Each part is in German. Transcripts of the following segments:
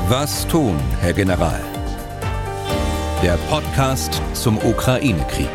Was tun, Herr General? Der Podcast zum Ukraine-Krieg.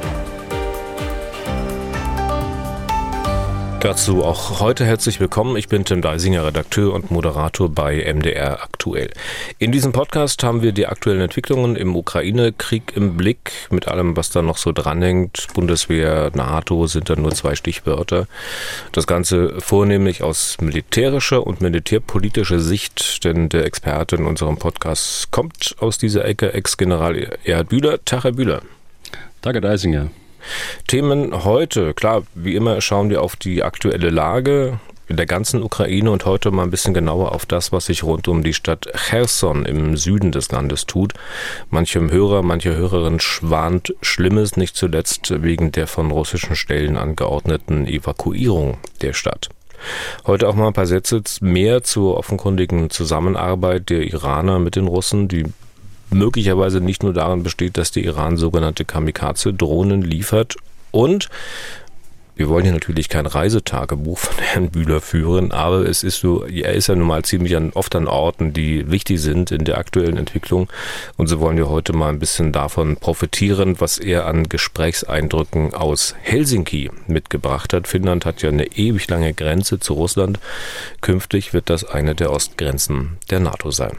Dazu auch heute herzlich willkommen. Ich bin Tim Deisinger, Redakteur und Moderator bei MDR Aktuell. In diesem Podcast haben wir die aktuellen Entwicklungen im Ukraine-Krieg im Blick, mit allem, was da noch so dranhängt. Bundeswehr, NATO sind da nur 2 Stichwörter. Das Ganze vornehmlich aus militärischer und militärpolitischer Sicht, denn der Experte in unserem Podcast kommt aus dieser Ecke, Ex-General Erhard Bühler. Tag, Herr Bühler. Tag, Herr Deisinger. Themen heute, klar, wie immer schauen wir auf die aktuelle Lage in der ganzen Ukraine und heute mal ein bisschen genauer auf das, was sich rund um die Stadt Cherson im Süden des Landes tut. Manchem Hörer, manche Hörerin schwant Schlimmes, nicht zuletzt wegen der von russischen Stellen angeordneten Evakuierung der Stadt. Heute auch mal ein paar Sätze mehr zur offenkundigen Zusammenarbeit der Iraner mit den Russen, die möglicherweise nicht nur darin besteht, dass der Iran sogenannte Kamikaze-Drohnen liefert. Und wir wollen hier natürlich kein Reisetagebuch von Herrn Bühler führen, aber es ist so, er ist ja nun mal ziemlich oft an Orten, die wichtig sind in der aktuellen Entwicklung. Und so wollen wir heute mal ein bisschen davon profitieren, was er an Gesprächseindrücken aus Helsinki mitgebracht hat. Finnland hat ja eine ewig lange Grenze zu Russland. Künftig wird das eine der Ostgrenzen der NATO sein.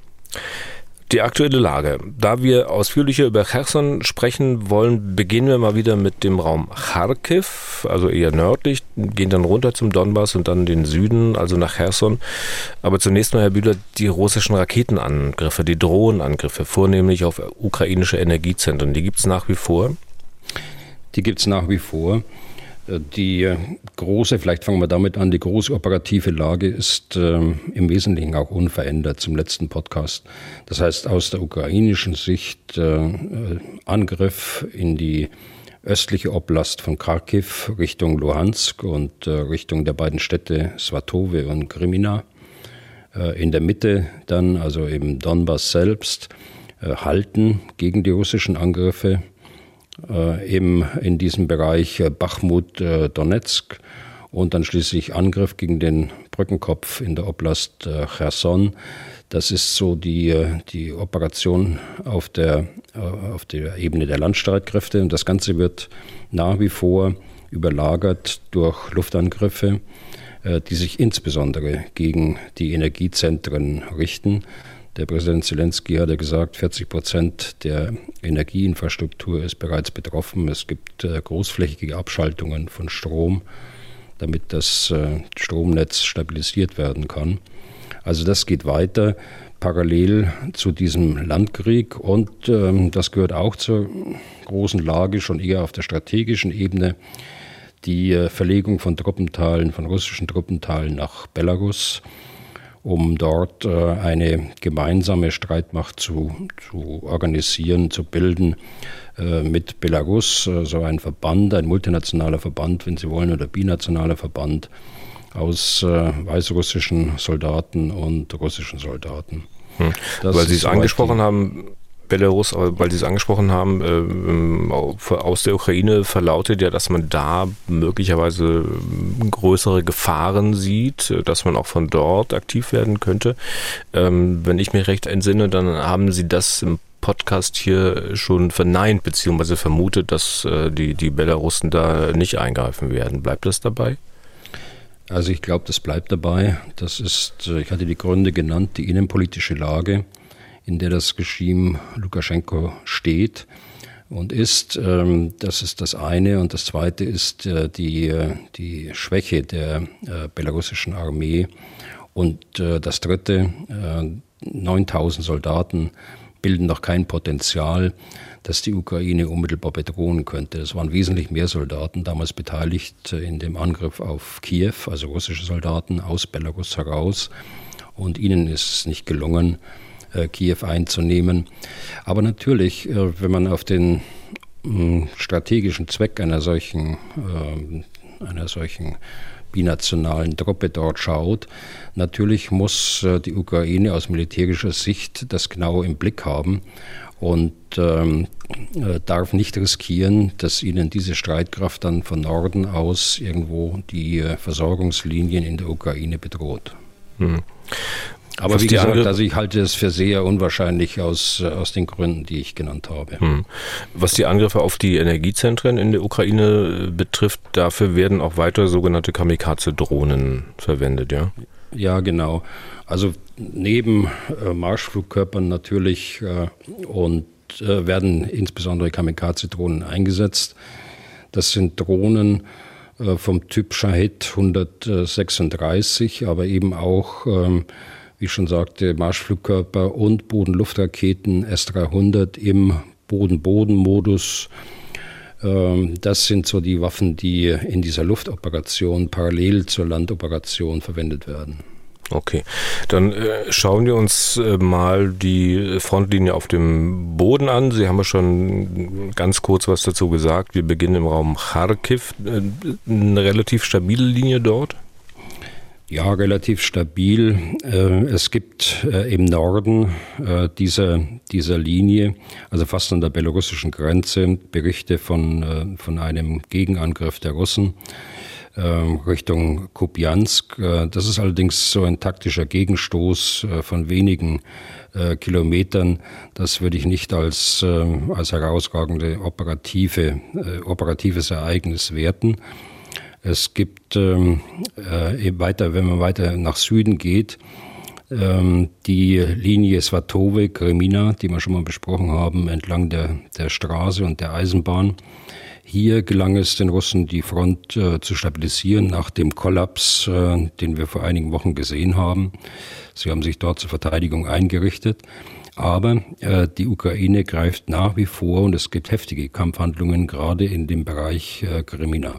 Die aktuelle Lage. Da wir ausführlicher über Cherson sprechen wollen, beginnen wir mal wieder mit dem Raum Charkiw, also eher nördlich, gehen dann runter zum Donbass und dann den Süden, also nach Cherson. Aber zunächst mal, Herr Bühler, die russischen Raketenangriffe, die Drohnenangriffe, vornehmlich auf ukrainische Energiezentren, die gibt es nach wie vor? Die gibt es nach wie vor. Die große, vielleicht fangen wir damit an, die große operative Lage ist im Wesentlichen auch unverändert zum letzten Podcast. Das heißt, aus der ukrainischen Sicht Angriff in die östliche Oblast von Charkiw Richtung Luhansk und Richtung der beiden Städte Swatowe und Grimina. In der Mitte dann, also im Donbass selbst, halten gegen die russischen Angriffe. Eben in diesem Bereich Bachmut, Donetsk und dann schließlich Angriff gegen den Brückenkopf in der Oblast Cherson. Das ist so die Operation auf der Ebene der Landstreitkräfte und das Ganze wird nach wie vor überlagert durch Luftangriffe, die sich insbesondere gegen die Energiezentren richten. Der Präsident Zelensky hat ja gesagt, 40% der Energieinfrastruktur ist bereits betroffen. Es gibt großflächige Abschaltungen von Strom, damit das Stromnetz stabilisiert werden kann. Also das geht weiter parallel zu diesem Landkrieg und das gehört auch zur großen Lage, schon eher auf der strategischen Ebene, die Verlegung von Truppenteilen, von russischen Truppenteilen nach Belarus, um dort eine gemeinsame Streitmacht zu organisieren, zu bilden mit Belarus, so ein Verband, ein multinationaler Verband, wenn Sie wollen, oder binationaler Verband aus weißrussischen Soldaten und russischen Soldaten. Weil Sie es angesprochen haben, Belarus, weil Sie es angesprochen haben, aus der Ukraine verlautet ja, dass man da möglicherweise größere Gefahren sieht, dass man auch von dort aktiv werden könnte. Wenn ich mich recht entsinne, dann haben Sie das im Podcast hier schon verneint, beziehungsweise vermutet, dass die Belarussen da nicht eingreifen werden. Bleibt das dabei? Also ich glaube, das bleibt dabei. Das ist, ich hatte die Gründe genannt, die innenpolitische Lage, in der das Regime Lukaschenko steht und ist. Das ist das eine. Und das zweite ist die Schwäche der belarussischen Armee. Und das dritte, 9.000 Soldaten bilden noch kein Potenzial, das die Ukraine unmittelbar bedrohen könnte. Es waren wesentlich mehr Soldaten damals beteiligt in dem Angriff auf Kiew, also russische Soldaten aus Belarus heraus. Und ihnen ist es nicht gelungen, Kiew einzunehmen. Aber natürlich, wenn man auf den strategischen Zweck einer solchen binationalen Truppe dort schaut, natürlich muss die Ukraine aus militärischer Sicht das genau im Blick haben und darf nicht riskieren, dass ihnen diese Streitkraft dann von Norden aus irgendwo die Versorgungslinien in der Ukraine bedroht. Aber wie gesagt, also ich halte es für sehr unwahrscheinlich aus den Gründen, die ich genannt habe. Was die Angriffe auf die Energiezentren in der Ukraine betrifft, dafür werden auch weiter sogenannte Kamikaze-Drohnen verwendet, ja? Ja, genau. Also neben Marschflugkörpern natürlich und werden insbesondere Kamikaze-Drohnen eingesetzt. Das sind Drohnen vom Typ Shahed 136, aber eben auch, wie ich schon sagte, Marschflugkörper und Boden-Luft-Raketen S-300 im Boden-Boden-Modus. Das sind so die Waffen, die in dieser Luftoperation parallel zur Landoperation verwendet werden. Okay, dann schauen wir uns mal die Frontlinie auf dem Boden an. Sie haben ja schon ganz kurz was dazu gesagt. Wir beginnen im Raum Charkiw. Eine relativ stabile Linie dort? Ja, relativ stabil. Es gibt im Norden dieser Linie, also fast an der belarussischen Grenze, Berichte von einem Gegenangriff der Russen Richtung Kupiansk. Das ist allerdings so ein taktischer Gegenstoß von wenigen Kilometern. Das würde ich nicht als herausragende operatives Ereignis werten. Es gibt wenn man weiter nach Süden geht, die Linie Svatowe-Kremina, die wir schon mal besprochen haben, entlang der Straße und der Eisenbahn. Hier gelang es den Russen, die Front zu stabilisieren nach dem Kollaps, den wir vor einigen Wochen gesehen haben. Sie haben sich dort zur Verteidigung eingerichtet. Aber die Ukraine greift nach wie vor und es gibt heftige Kampfhandlungen, gerade in dem Bereich Kremina.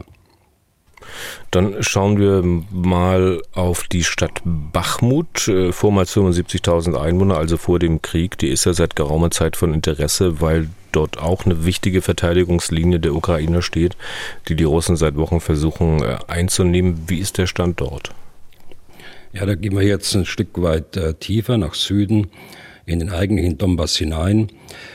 Dann schauen wir mal auf die Stadt Bachmut, vormals 75.000 Einwohner, also vor dem Krieg. Die ist ja seit geraumer Zeit von Interesse, weil dort auch eine wichtige Verteidigungslinie der Ukrainer steht, die Russen seit Wochen versuchen einzunehmen. Wie ist der Stand dort? Ja, da gehen wir jetzt ein Stück weit tiefer nach Süden in den eigentlichen Donbass hinein.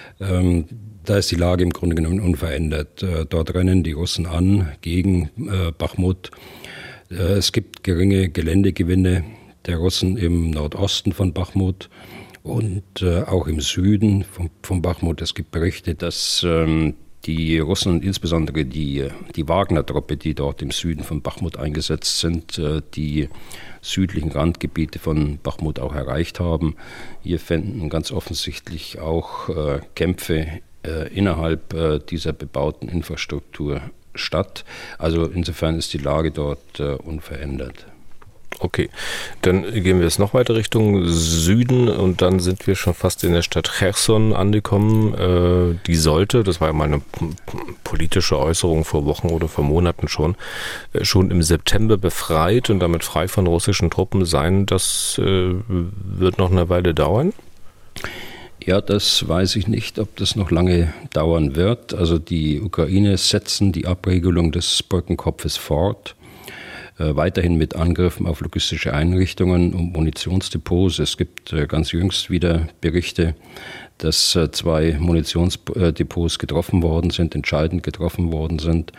Da ist die Lage im Grunde genommen unverändert. Dort rennen die Russen an gegen Bachmut. Es gibt geringe Geländegewinne der Russen im Nordosten von Bachmut und auch im Süden von Bachmut. Es gibt Berichte, dass die Russen und insbesondere die Wagner-Truppe, die dort im Süden von Bachmut eingesetzt sind, die südlichen Randgebiete von Bachmut auch erreicht haben. Hier fänden ganz offensichtlich auch Kämpfe innerhalb dieser bebauten Infrastruktur statt. Also insofern ist die Lage dort unverändert. Okay, dann gehen wir jetzt noch weiter Richtung Süden und dann sind wir schon fast in der Stadt Cherson angekommen. Die sollte, das war ja mal eine politische Äußerung vor Wochen oder vor Monaten schon im September befreit und damit frei von russischen Truppen sein. Das wird noch eine Weile dauern? Ja, das weiß ich nicht, ob das noch lange dauern wird. Also die Ukraine setzen die Abriegelung des Brückenkopfes fort. Weiterhin mit Angriffen auf logistische Einrichtungen und Munitionsdepots. Es gibt ganz jüngst wieder Berichte, dass 2 Munitionsdepots getroffen worden sind, entscheidend getroffen worden sind.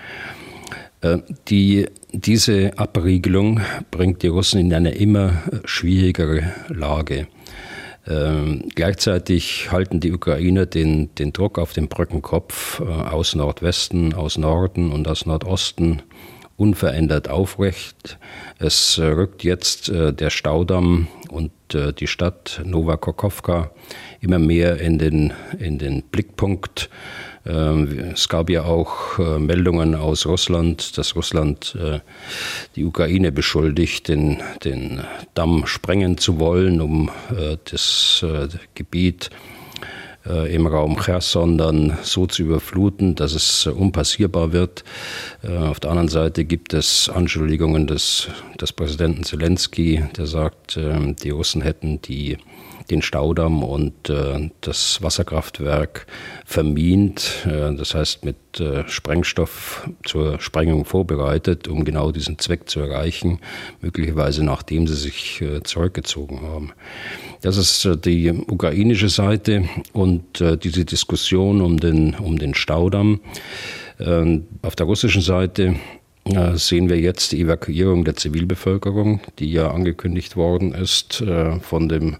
Diese Abriegelung bringt die Russen in eine immer schwierigere Lage. Gleichzeitig halten die Ukrainer den Druck auf den Brückenkopf aus Nordwesten, aus Norden und aus Nordosten unverändert aufrecht. Es rückt jetzt der Staudamm und die Stadt Nowakokowka immer mehr in den Blickpunkt. Es gab ja auch Meldungen aus Russland, dass Russland die Ukraine beschuldigt, den Damm sprengen zu wollen, um das Gebiet im Raum Cherson dann so zu überfluten, dass es unpassierbar wird. Auf der anderen Seite gibt es Anschuldigungen des Präsidenten Zelensky, der sagt, die Russen hätten den Staudamm und das Wasserkraftwerk vermint, das heißt mit Sprengstoff zur Sprengung vorbereitet, um genau diesen Zweck zu erreichen, möglicherweise nachdem sie sich zurückgezogen haben. Das ist die ukrainische Seite und diese Diskussion um den Staudamm. Auf der russischen Seite sehen wir jetzt die Evakuierung der Zivilbevölkerung, die ja angekündigt worden ist von dem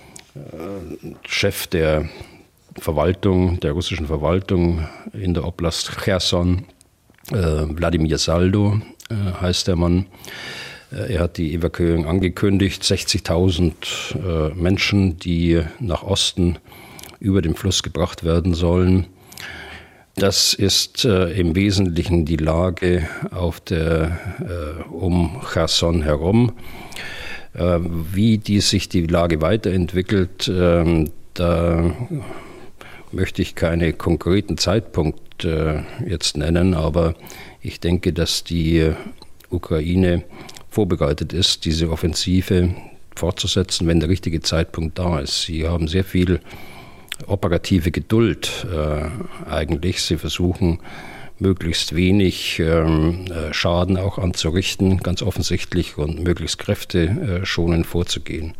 Chef der Verwaltung, der russischen Verwaltung in der Oblast Cherson, Wladimir Saldo heißt der Mann. Er hat die Evakuierung angekündigt, 60.000 Menschen, die nach Osten über den Fluss gebracht werden sollen. Das ist im Wesentlichen die Lage um Cherson herum. Wie sich die Lage weiterentwickelt, da möchte ich keine konkreten Zeitpunkte jetzt nennen, aber ich denke, dass die Ukraine vorbereitet ist, diese Offensive fortzusetzen, wenn der richtige Zeitpunkt da ist. Sie haben sehr viel operative Geduld eigentlich. Sie versuchen, möglichst wenig Schaden auch anzurichten, ganz offensichtlich, und möglichst kräfteschonend vorzugehen.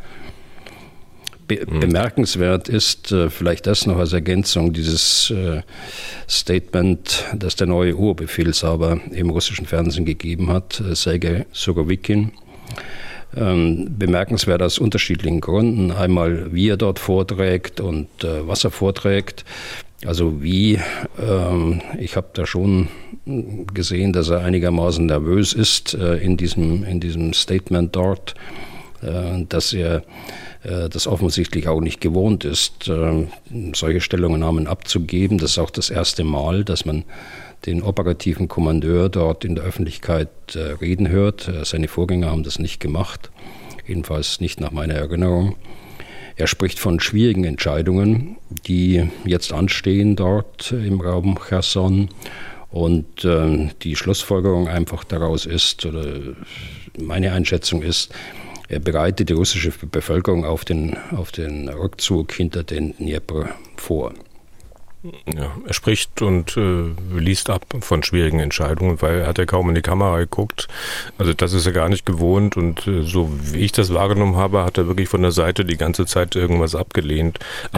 Bemerkenswert ist vielleicht das noch als Ergänzung, dieses Statement, das der neue Oberbefehlshaber im russischen Fernsehen gegeben hat, Sergei Surovikin. Bemerkenswert aus unterschiedlichen Gründen. Einmal, wie er dort vorträgt und was er vorträgt. Also ich habe da schon gesehen, dass er einigermaßen nervös ist in diesem Statement dort, dass er das offensichtlich auch nicht gewohnt ist, solche Stellungnahmen abzugeben. Das ist auch das erste Mal, dass man den operativen Kommandeur dort in der Öffentlichkeit reden hört. Seine Vorgänger haben das nicht gemacht, jedenfalls nicht nach meiner Erinnerung. Er spricht von schwierigen Entscheidungen, die jetzt anstehen dort im Raum Cherson. Und die Schlussfolgerung einfach daraus ist, oder meine Einschätzung ist, er bereitet die russische Bevölkerung auf den Rückzug hinter den Dnepr vor. Ja, er spricht und liest ab von schwierigen Entscheidungen, weil er hat ja kaum in die Kamera geguckt. Also das ist er gar nicht gewohnt, und so wie ich das wahrgenommen habe, hat er wirklich von der Seite die ganze Zeit irgendwas abgelesen,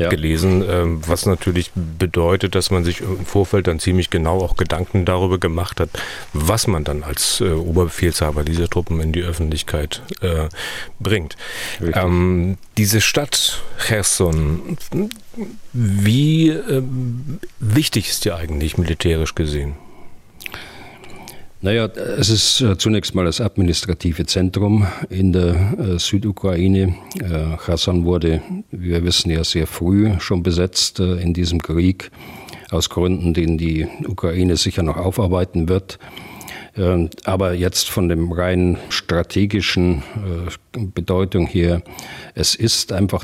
was natürlich bedeutet, dass man sich im Vorfeld dann ziemlich genau auch Gedanken darüber gemacht hat, was man dann als Oberbefehlshaber dieser Truppen in die Öffentlichkeit bringt. Diese Stadt Cherson, wie wichtig ist die eigentlich militärisch gesehen? Naja, es ist zunächst mal das administrative Zentrum in der Südukraine. Cherson wurde, wie wir wissen, ja sehr früh schon besetzt in diesem Krieg, aus Gründen, denen die Ukraine sicher noch aufarbeiten wird. Aber jetzt von dem rein strategischen Bedeutung her, es ist einfach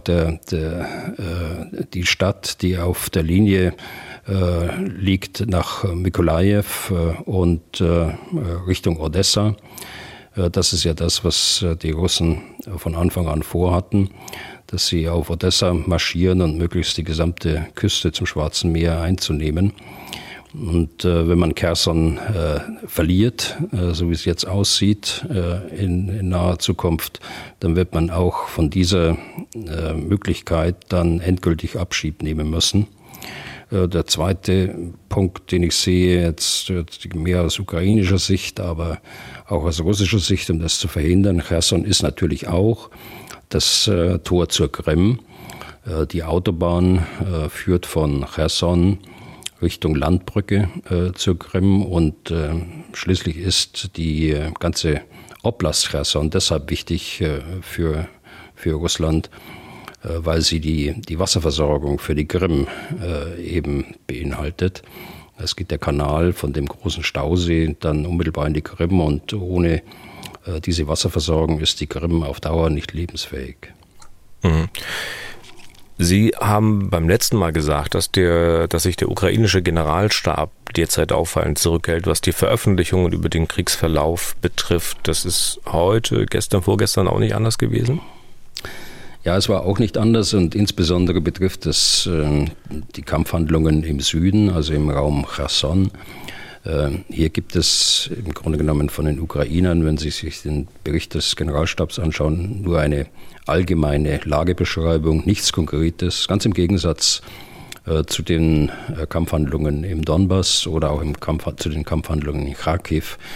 die Stadt, die auf der Linie liegt nach Mykolajiw und Richtung Odessa. Das ist ja das, was die Russen von Anfang an vorhatten, dass sie auf Odessa marschieren und möglichst die gesamte Küste zum Schwarzen Meer einzunehmen. Und wenn man Cherson verliert, so wie es jetzt aussieht, in naher Zukunft, dann wird man auch von dieser Möglichkeit dann endgültig Abschied nehmen müssen. Der zweite Punkt, den ich sehe, jetzt mehr aus ukrainischer Sicht, aber auch aus russischer Sicht, um das zu verhindern, Cherson ist natürlich auch das Tor zur Krim. Die Autobahn führt von Cherson Richtung Landbrücke zur Krim, und schließlich ist die ganze Oblast Cherson deshalb wichtig für Russland, weil sie die Wasserversorgung für die Krim eben beinhaltet. Es geht der Kanal von dem großen Stausee dann unmittelbar in die Krim, und ohne diese Wasserversorgung ist die Krim auf Dauer nicht lebensfähig. Mhm. Sie haben beim letzten Mal gesagt, dass sich der ukrainische Generalstab derzeit auffallend zurückhält, was die Veröffentlichungen über den Kriegsverlauf betrifft. Das ist heute, gestern, vorgestern auch nicht anders gewesen? Ja, es war auch nicht anders, und insbesondere betrifft es die Kampfhandlungen im Süden, also im Raum Cherson. Hier gibt es im Grunde genommen von den Ukrainern, wenn Sie sich den Bericht des Generalstabs anschauen, nur eine allgemeine Lagebeschreibung, nichts Konkretes, ganz im Gegensatz zu den Kampfhandlungen im Donbass oder auch zu den Kampfhandlungen in Kharkiv.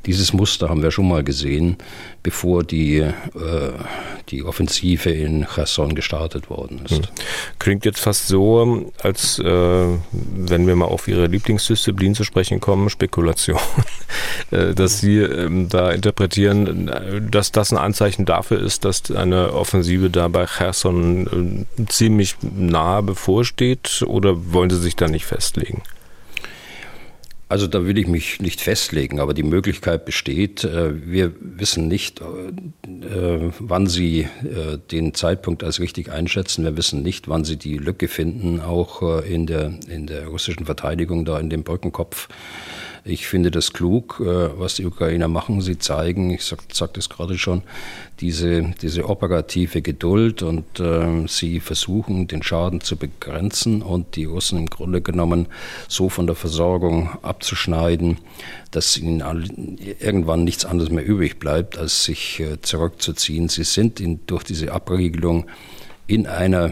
Dieses Muster haben wir schon mal gesehen, bevor die Offensive in Cherson gestartet worden ist. Klingt jetzt fast so, als wenn wir mal auf Ihre Lieblingsdisziplin zu sprechen kommen, Spekulation, dass Sie da interpretieren, dass das ein Anzeichen dafür ist, dass eine Offensive da bei Cherson ziemlich nahe bevorsteht, oder wollen Sie sich da nicht festlegen? Also da will ich mich nicht festlegen, aber die Möglichkeit besteht. Wir wissen nicht, wann Sie den Zeitpunkt als richtig einschätzen. Wir wissen nicht, wann Sie die Lücke finden, auch in der russischen Verteidigung da in dem Brückenkopf. Ich finde das klug, was die Ukrainer machen. Sie zeigen, ich sagte es gerade schon, diese operative Geduld, und sie versuchen, den Schaden zu begrenzen und die Russen im Grunde genommen so von der Versorgung abzuschneiden, dass ihnen irgendwann nichts anderes mehr übrig bleibt, als sich zurückzuziehen. Sie sind durch diese Abriegelung in einer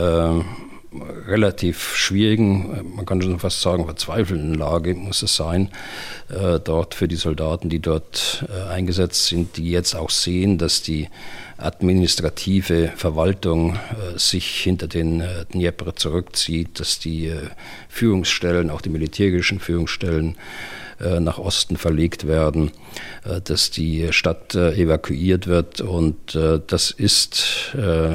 relativ schwierigen, man kann schon fast sagen verzweifelnden Lage muss es sein, dort für die Soldaten, die dort eingesetzt sind, die jetzt auch sehen, dass die administrative Verwaltung sich hinter den Dnjepr zurückzieht, dass die Führungsstellen, auch die militärischen Führungsstellen, nach Osten verlegt werden, dass die Stadt evakuiert wird, und das ist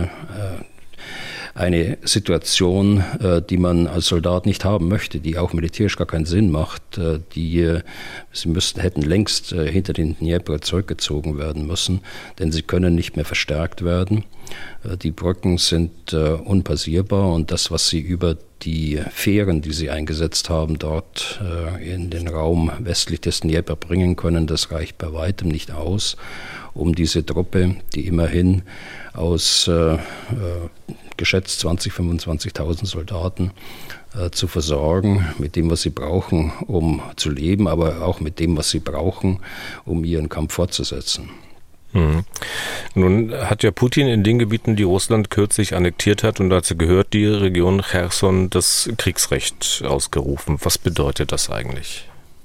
eine Situation, die man als Soldat nicht haben möchte, die auch militärisch gar keinen Sinn macht. Sie hätten längst hinter den Dnjepr zurückgezogen werden müssen, denn sie können nicht mehr verstärkt werden. Die Brücken sind unpassierbar, und das, was sie über die Fähren, die sie eingesetzt haben, dort in den Raum westlich des Dnjepr bringen können, das reicht bei weitem nicht aus, um diese Truppe, die immerhin aus geschätzt 20.000, 25.000 Soldaten zu versorgen, mit dem, was sie brauchen, um zu leben, aber auch mit dem, was sie brauchen, um ihren Kampf fortzusetzen. Nun hat ja Putin in den Gebieten, die Russland kürzlich annektiert hat, und dazu gehört die Region Cherson, das Kriegsrecht ausgerufen. Was bedeutet das eigentlich?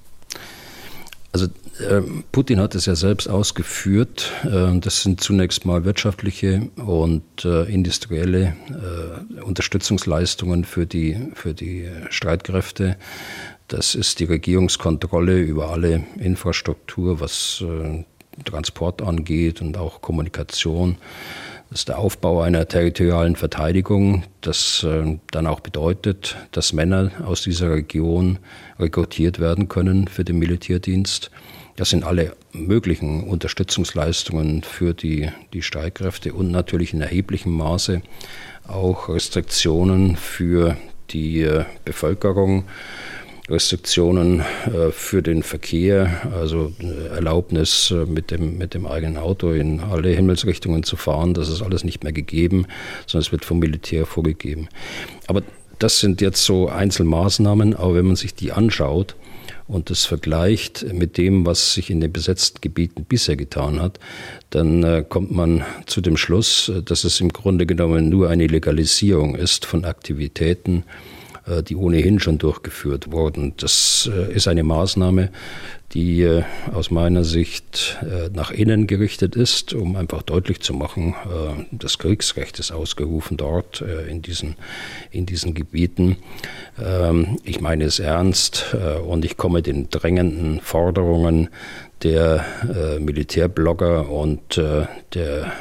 Also Putin hat es ja selbst ausgeführt. Das sind zunächst mal wirtschaftliche und industrielle Unterstützungsleistungen für die Streitkräfte. Das ist die Regierungskontrolle über alle Infrastruktur, was Transport angeht und auch Kommunikation. Das ist der Aufbau einer territorialen Verteidigung, das dann auch bedeutet, dass Männer aus dieser Region rekrutiert werden können für den Militärdienst. Das sind alle möglichen Unterstützungsleistungen für die Streitkräfte und natürlich in erheblichem Maße auch Restriktionen für die Bevölkerung, Restriktionen für den Verkehr, also Erlaubnis mit dem eigenen Auto in alle Himmelsrichtungen zu fahren, das ist alles nicht mehr gegeben, sondern es wird vom Militär vorgegeben. Aber das sind jetzt so Einzelmaßnahmen, aber wenn man sich die anschaut und das vergleicht mit dem, was sich in den besetzten Gebieten bisher getan hat, dann kommt man zu dem Schluss, dass es im Grunde genommen nur eine Legalisierung ist von Aktivitäten, die ohnehin schon durchgeführt wurden. Das ist eine Maßnahme, die aus meiner Sicht nach innen gerichtet ist, um einfach deutlich zu machen, das Kriegsrecht ist ausgerufen dort in diesen Gebieten. Ich meine es ernst und ich komme den drängenden Forderungen der Militärblogger und der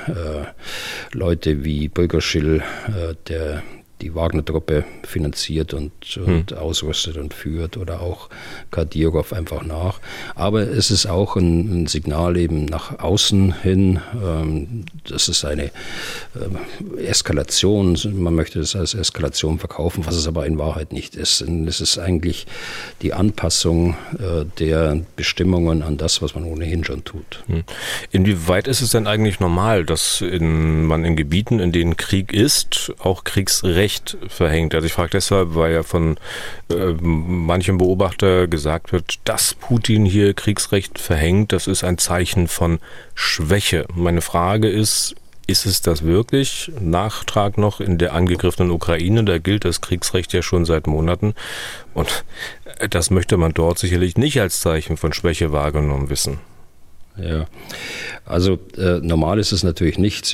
Leute wie Prigozhin, der die Wagner-Truppe finanziert und ausrüstet und führt, oder auch Kadyrov einfach nach. Aber es ist auch ein Signal eben nach außen hin. Das ist eine Eskalation, man möchte es als Eskalation verkaufen, was es aber in Wahrheit nicht ist. Es ist eigentlich die Anpassung der Bestimmungen an das, was man ohnehin schon tut. Inwieweit ist es denn eigentlich normal, dass man in Gebieten, in denen Krieg ist, auch Kriegsrecht verhängt? Also ich frage deshalb, weil ja von manchem Beobachter gesagt wird, dass Putin hier Kriegsrecht verhängt, das ist ein Zeichen von Schwäche. Meine Frage ist es das wirklich? Nachtrag noch in der angegriffenen Ukraine, da gilt das Kriegsrecht ja schon seit Monaten, und das möchte man dort sicherlich nicht als Zeichen von Schwäche wahrgenommen wissen. Ja, also normal ist es natürlich nicht.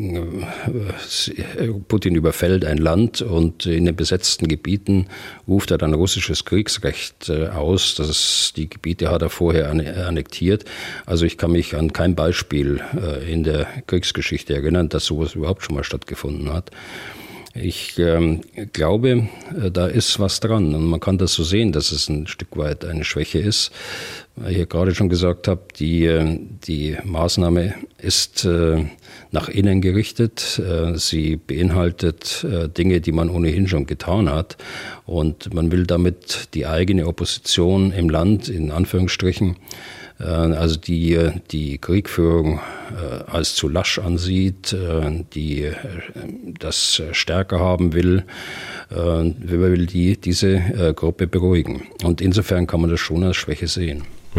Putin überfällt ein Land und in den besetzten Gebieten ruft er dann russisches Kriegsrecht aus. Die Gebiete hat er vorher annektiert. Also ich kann mich an kein Beispiel in der Kriegsgeschichte erinnern, dass sowas überhaupt schon mal stattgefunden hat. Ich glaube, da ist was dran und man kann das so sehen, dass es ein Stück weit eine Schwäche ist. Weil ich gerade schon gesagt habe, die Maßnahme ist nach innen gerichtet. Sie beinhaltet Dinge, die man ohnehin schon getan hat. Und man will damit die eigene Opposition im Land, in Anführungsstrichen, also die Kriegführung als zu lasch ansieht, die das stärker haben will, will diese Gruppe beruhigen. Und insofern kann man das schon als Schwäche sehen.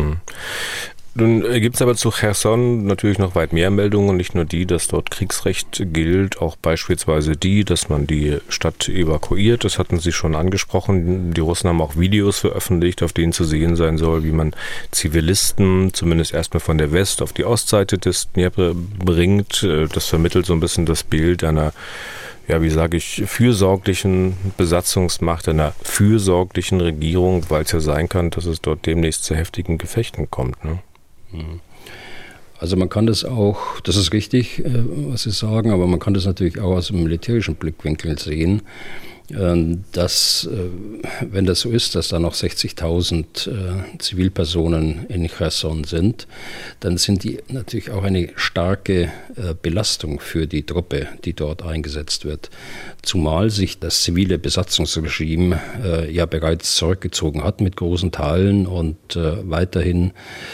Nun gibt es aber zu Cherson natürlich noch weit mehr Meldungen, nicht nur die, dass dort Kriegsrecht gilt, auch beispielsweise die, dass man die Stadt evakuiert. Das hatten Sie schon angesprochen. Die Russen haben auch Videos veröffentlicht, auf denen zu sehen sein soll, wie man Zivilisten zumindest erstmal von der West- auf die Ostseite des Dnepr bringt. Das vermittelt so ein bisschen das Bild einer, ja, wie sage ich, fürsorglichen Besatzungsmacht, einer fürsorglichen Regierung, weil es ja sein kann, dass es dort demnächst zu heftigen Gefechten kommt, ne? Also man kann das auch, das ist richtig, was Sie sagen, aber man kann das natürlich auch aus dem militärischen Blickwinkel sehen, dass, wenn das so ist, dass da noch 60.000 Zivilpersonen in Cherson sind, dann sind die natürlich auch eine starke Belastung für die Truppe, die dort eingesetzt wird. Zumal sich das zivile Besatzungsregime ja bereits zurückgezogen hat mit großen Teilen und weiterhin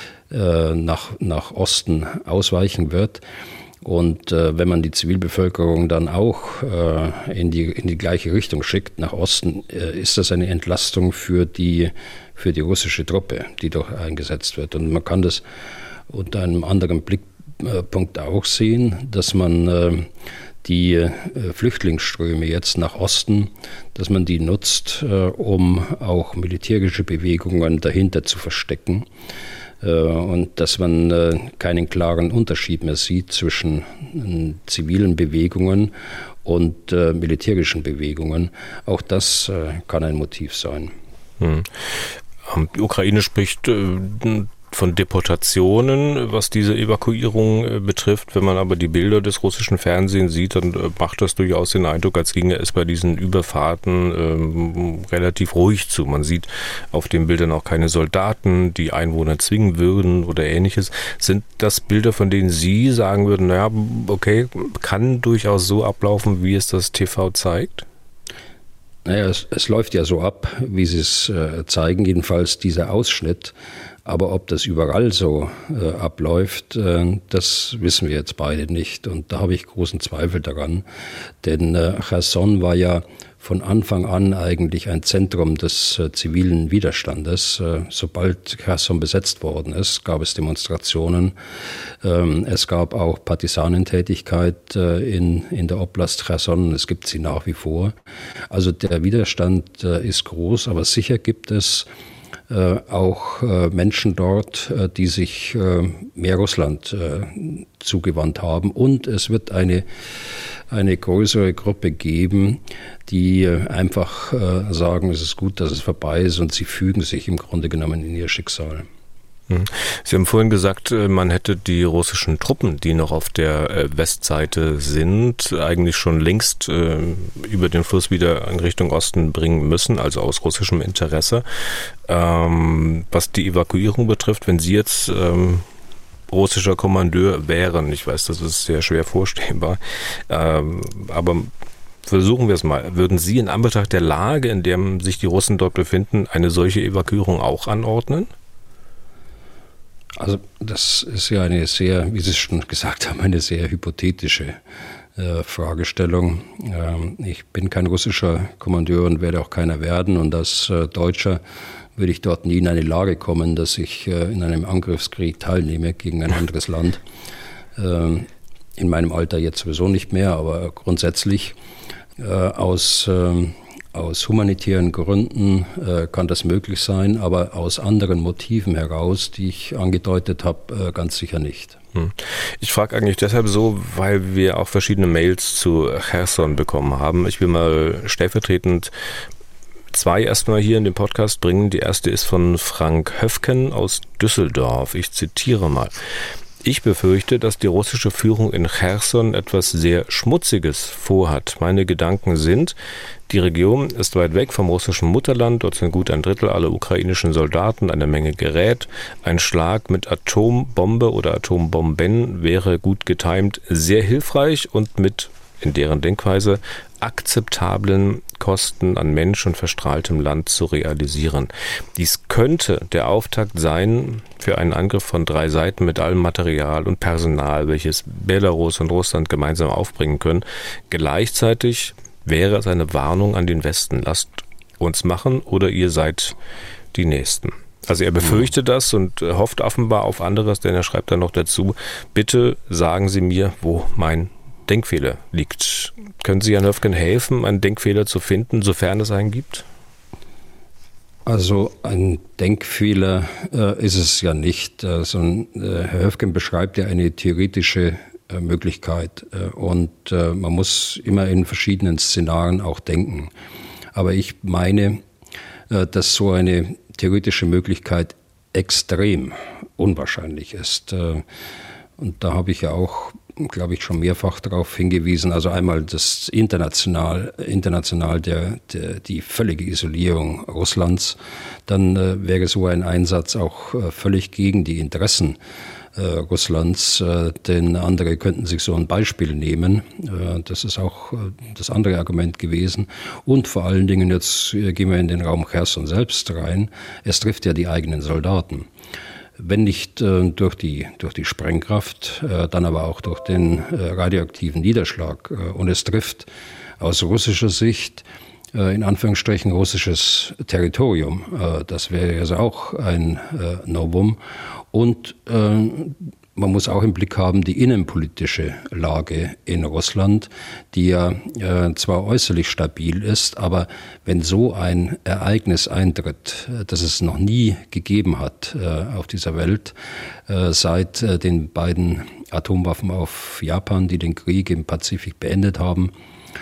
nach Osten ausweichen wird. Und wenn man die Zivilbevölkerung dann auch in die gleiche Richtung schickt, nach Osten, ist das eine Entlastung für die russische Truppe, die dort eingesetzt wird. Und man kann das unter einem anderen Blickpunkt auch sehen, dass man die Flüchtlingsströme jetzt nach Osten, dass man die nutzt, um auch militärische Bewegungen dahinter zu verstecken. Und dass man keinen klaren Unterschied mehr sieht zwischen zivilen Bewegungen und militärischen Bewegungen. Auch das kann ein Motiv sein. Die Ukraine spricht von Deportationen, was diese Evakuierung betrifft. Wenn man aber die Bilder des russischen Fernsehens sieht, dann macht das durchaus den Eindruck, als ginge es bei diesen Überfahrten relativ ruhig zu. Man sieht auf den Bildern auch keine Soldaten, die Einwohner zwingen würden oder Ähnliches. Sind das Bilder, von denen Sie sagen würden, naja, okay, kann durchaus so ablaufen, wie es das TV zeigt? Naja, es läuft ja so ab, wie Sie es zeigen, jedenfalls dieser Ausschnitt. Aber ob das überall so abläuft, das wissen wir jetzt beide nicht. Und da habe ich großen Zweifel daran. Denn Cherson war ja von Anfang an eigentlich ein Zentrum des zivilen Widerstandes. Sobald Cherson besetzt worden ist, gab es Demonstrationen. Es gab auch Partisanentätigkeit in der Oblast Cherson. Es gibt sie nach wie vor. Also der Widerstand ist groß, aber sicher gibt es auch Menschen dort, die sich mehr Russland zugewandt haben. Und es wird eine größere Gruppe geben, die einfach sagen, es ist gut, dass es vorbei ist, und sie fügen sich im Grunde genommen in ihr Schicksal. Sie haben vorhin gesagt, man hätte die russischen Truppen, die noch auf der Westseite sind, eigentlich schon längst über den Fluss wieder in Richtung Osten bringen müssen, also aus russischem Interesse. Was die Evakuierung betrifft, wenn Sie jetzt russischer Kommandeur wären, ich weiß, das ist sehr schwer vorstellbar, aber versuchen wir es mal. Würden Sie in Anbetracht der Lage, in der sich die Russen dort befinden, eine solche Evakuierung auch anordnen? Also das ist ja eine sehr, wie Sie es schon gesagt haben, eine sehr hypothetische Fragestellung. Ich bin kein russischer Kommandeur und werde auch keiner werden. Und als Deutscher würde ich dort nie in eine Lage kommen, dass ich in einem Angriffskrieg teilnehme gegen ein anderes Land. In meinem Alter jetzt sowieso nicht mehr, aber grundsätzlich aus Aus humanitären Gründen kann das möglich sein, aber aus anderen Motiven heraus, die ich angedeutet habe, ganz sicher nicht. Ich frage eigentlich deshalb so, weil wir auch verschiedene Mails zu Cherson bekommen haben. Ich will mal stellvertretend 2 erstmal hier in den Podcast bringen. Die erste ist von Frank Höfken aus Düsseldorf. Ich zitiere mal. Ich befürchte, dass die russische Führung in Cherson etwas sehr Schmutziges vorhat. Meine Gedanken sind, die Region ist weit weg vom russischen Mutterland, dort sind gut 1/3 aller ukrainischen Soldaten, eine Menge Gerät. Ein Schlag mit Atombombe oder Atombomben wäre gut getimt, sehr hilfreich und mit, in deren Denkweise, akzeptablen Kosten an Mensch und verstrahltem Land zu realisieren. Dies könnte der Auftakt sein für einen Angriff von 3 Seiten mit allem Material und Personal, welches Belarus und Russland gemeinsam aufbringen können. Gleichzeitig wäre es eine Warnung an den Westen. Lasst uns machen oder ihr seid die Nächsten. Also er befürchtet das und hofft offenbar auf anderes, denn er schreibt dann noch dazu, bitte sagen Sie mir, wo mein Denkfehler liegt. Können Sie Herrn Höfgen helfen, einen Denkfehler zu finden, sofern es einen gibt? Also ein Denkfehler ist es ja nicht. Also, Herr Höfgen beschreibt ja eine theoretische Möglichkeit und man muss immer in verschiedenen Szenarien auch denken. Aber ich meine, dass so eine theoretische Möglichkeit extrem unwahrscheinlich ist. Und da habe ich ja auch, glaube ich, schon mehrfach darauf hingewiesen. Also einmal das international die völlige Isolierung Russlands. Dann wäre so ein Einsatz auch völlig gegen die Interessen Russlands, denn andere könnten sich so ein Beispiel nehmen. Das ist auch das andere Argument gewesen. Und vor allen Dingen, jetzt gehen wir in den Raum Cherson selbst rein, es trifft ja die eigenen Soldaten. Wenn nicht durch die Sprengkraft, dann aber auch durch den radioaktiven Niederschlag. Und es trifft aus russischer Sicht in Anführungsstrichen russisches Territorium. Das wäre also auch ein Novum. Und man muss auch im Blick haben die innenpolitische Lage in Russland, die ja zwar äußerlich stabil ist, aber wenn so ein Ereignis eintritt, das es noch nie gegeben hat auf dieser Welt, seit den beiden Atomwaffen auf Japan, die den Krieg im Pazifik beendet haben,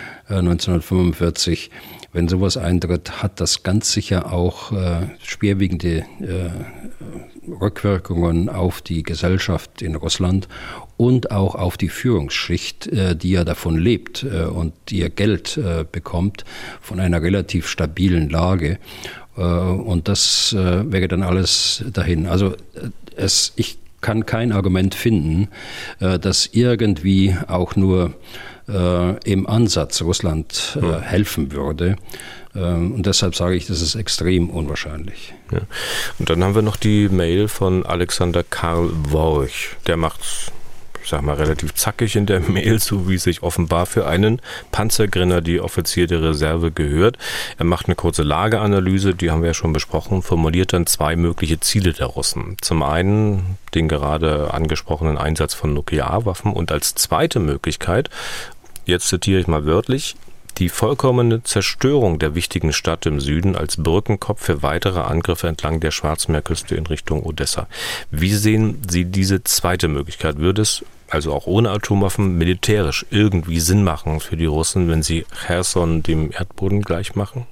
1945, wenn sowas eintritt, hat das ganz sicher auch schwerwiegende Rückwirkungen auf die Gesellschaft in Russland und auch auf die Führungsschicht, die ja davon lebt und die ihr Geld bekommt von einer relativ stabilen Lage. Und das wäre dann alles dahin. Also ich kann kein Argument finden, das irgendwie auch nur im Ansatz Russland helfen würde. Und deshalb sage ich, das ist extrem unwahrscheinlich. Ja. Und dann haben wir noch die Mail von Alexander Karl Worch. Der macht, ich sag mal, relativ zackig in der Mail, so wie es sich offenbar für einen Panzergrenadieroffizier der Reserve gehört. Er macht eine kurze Lageanalyse, die haben wir ja schon besprochen, formuliert dann 2 mögliche Ziele der Russen. Zum einen den gerade angesprochenen Einsatz von Nuklearwaffen und als zweite Möglichkeit, jetzt zitiere ich mal wörtlich, die vollkommene Zerstörung der wichtigen Stadt im Süden als Brückenkopf für weitere Angriffe entlang der Schwarzmeerküste in Richtung Odessa. Wie sehen Sie diese zweite Möglichkeit? Würde es also auch ohne Atomwaffen militärisch irgendwie Sinn machen für die Russen, wenn sie Cherson dem Erdboden gleich machen?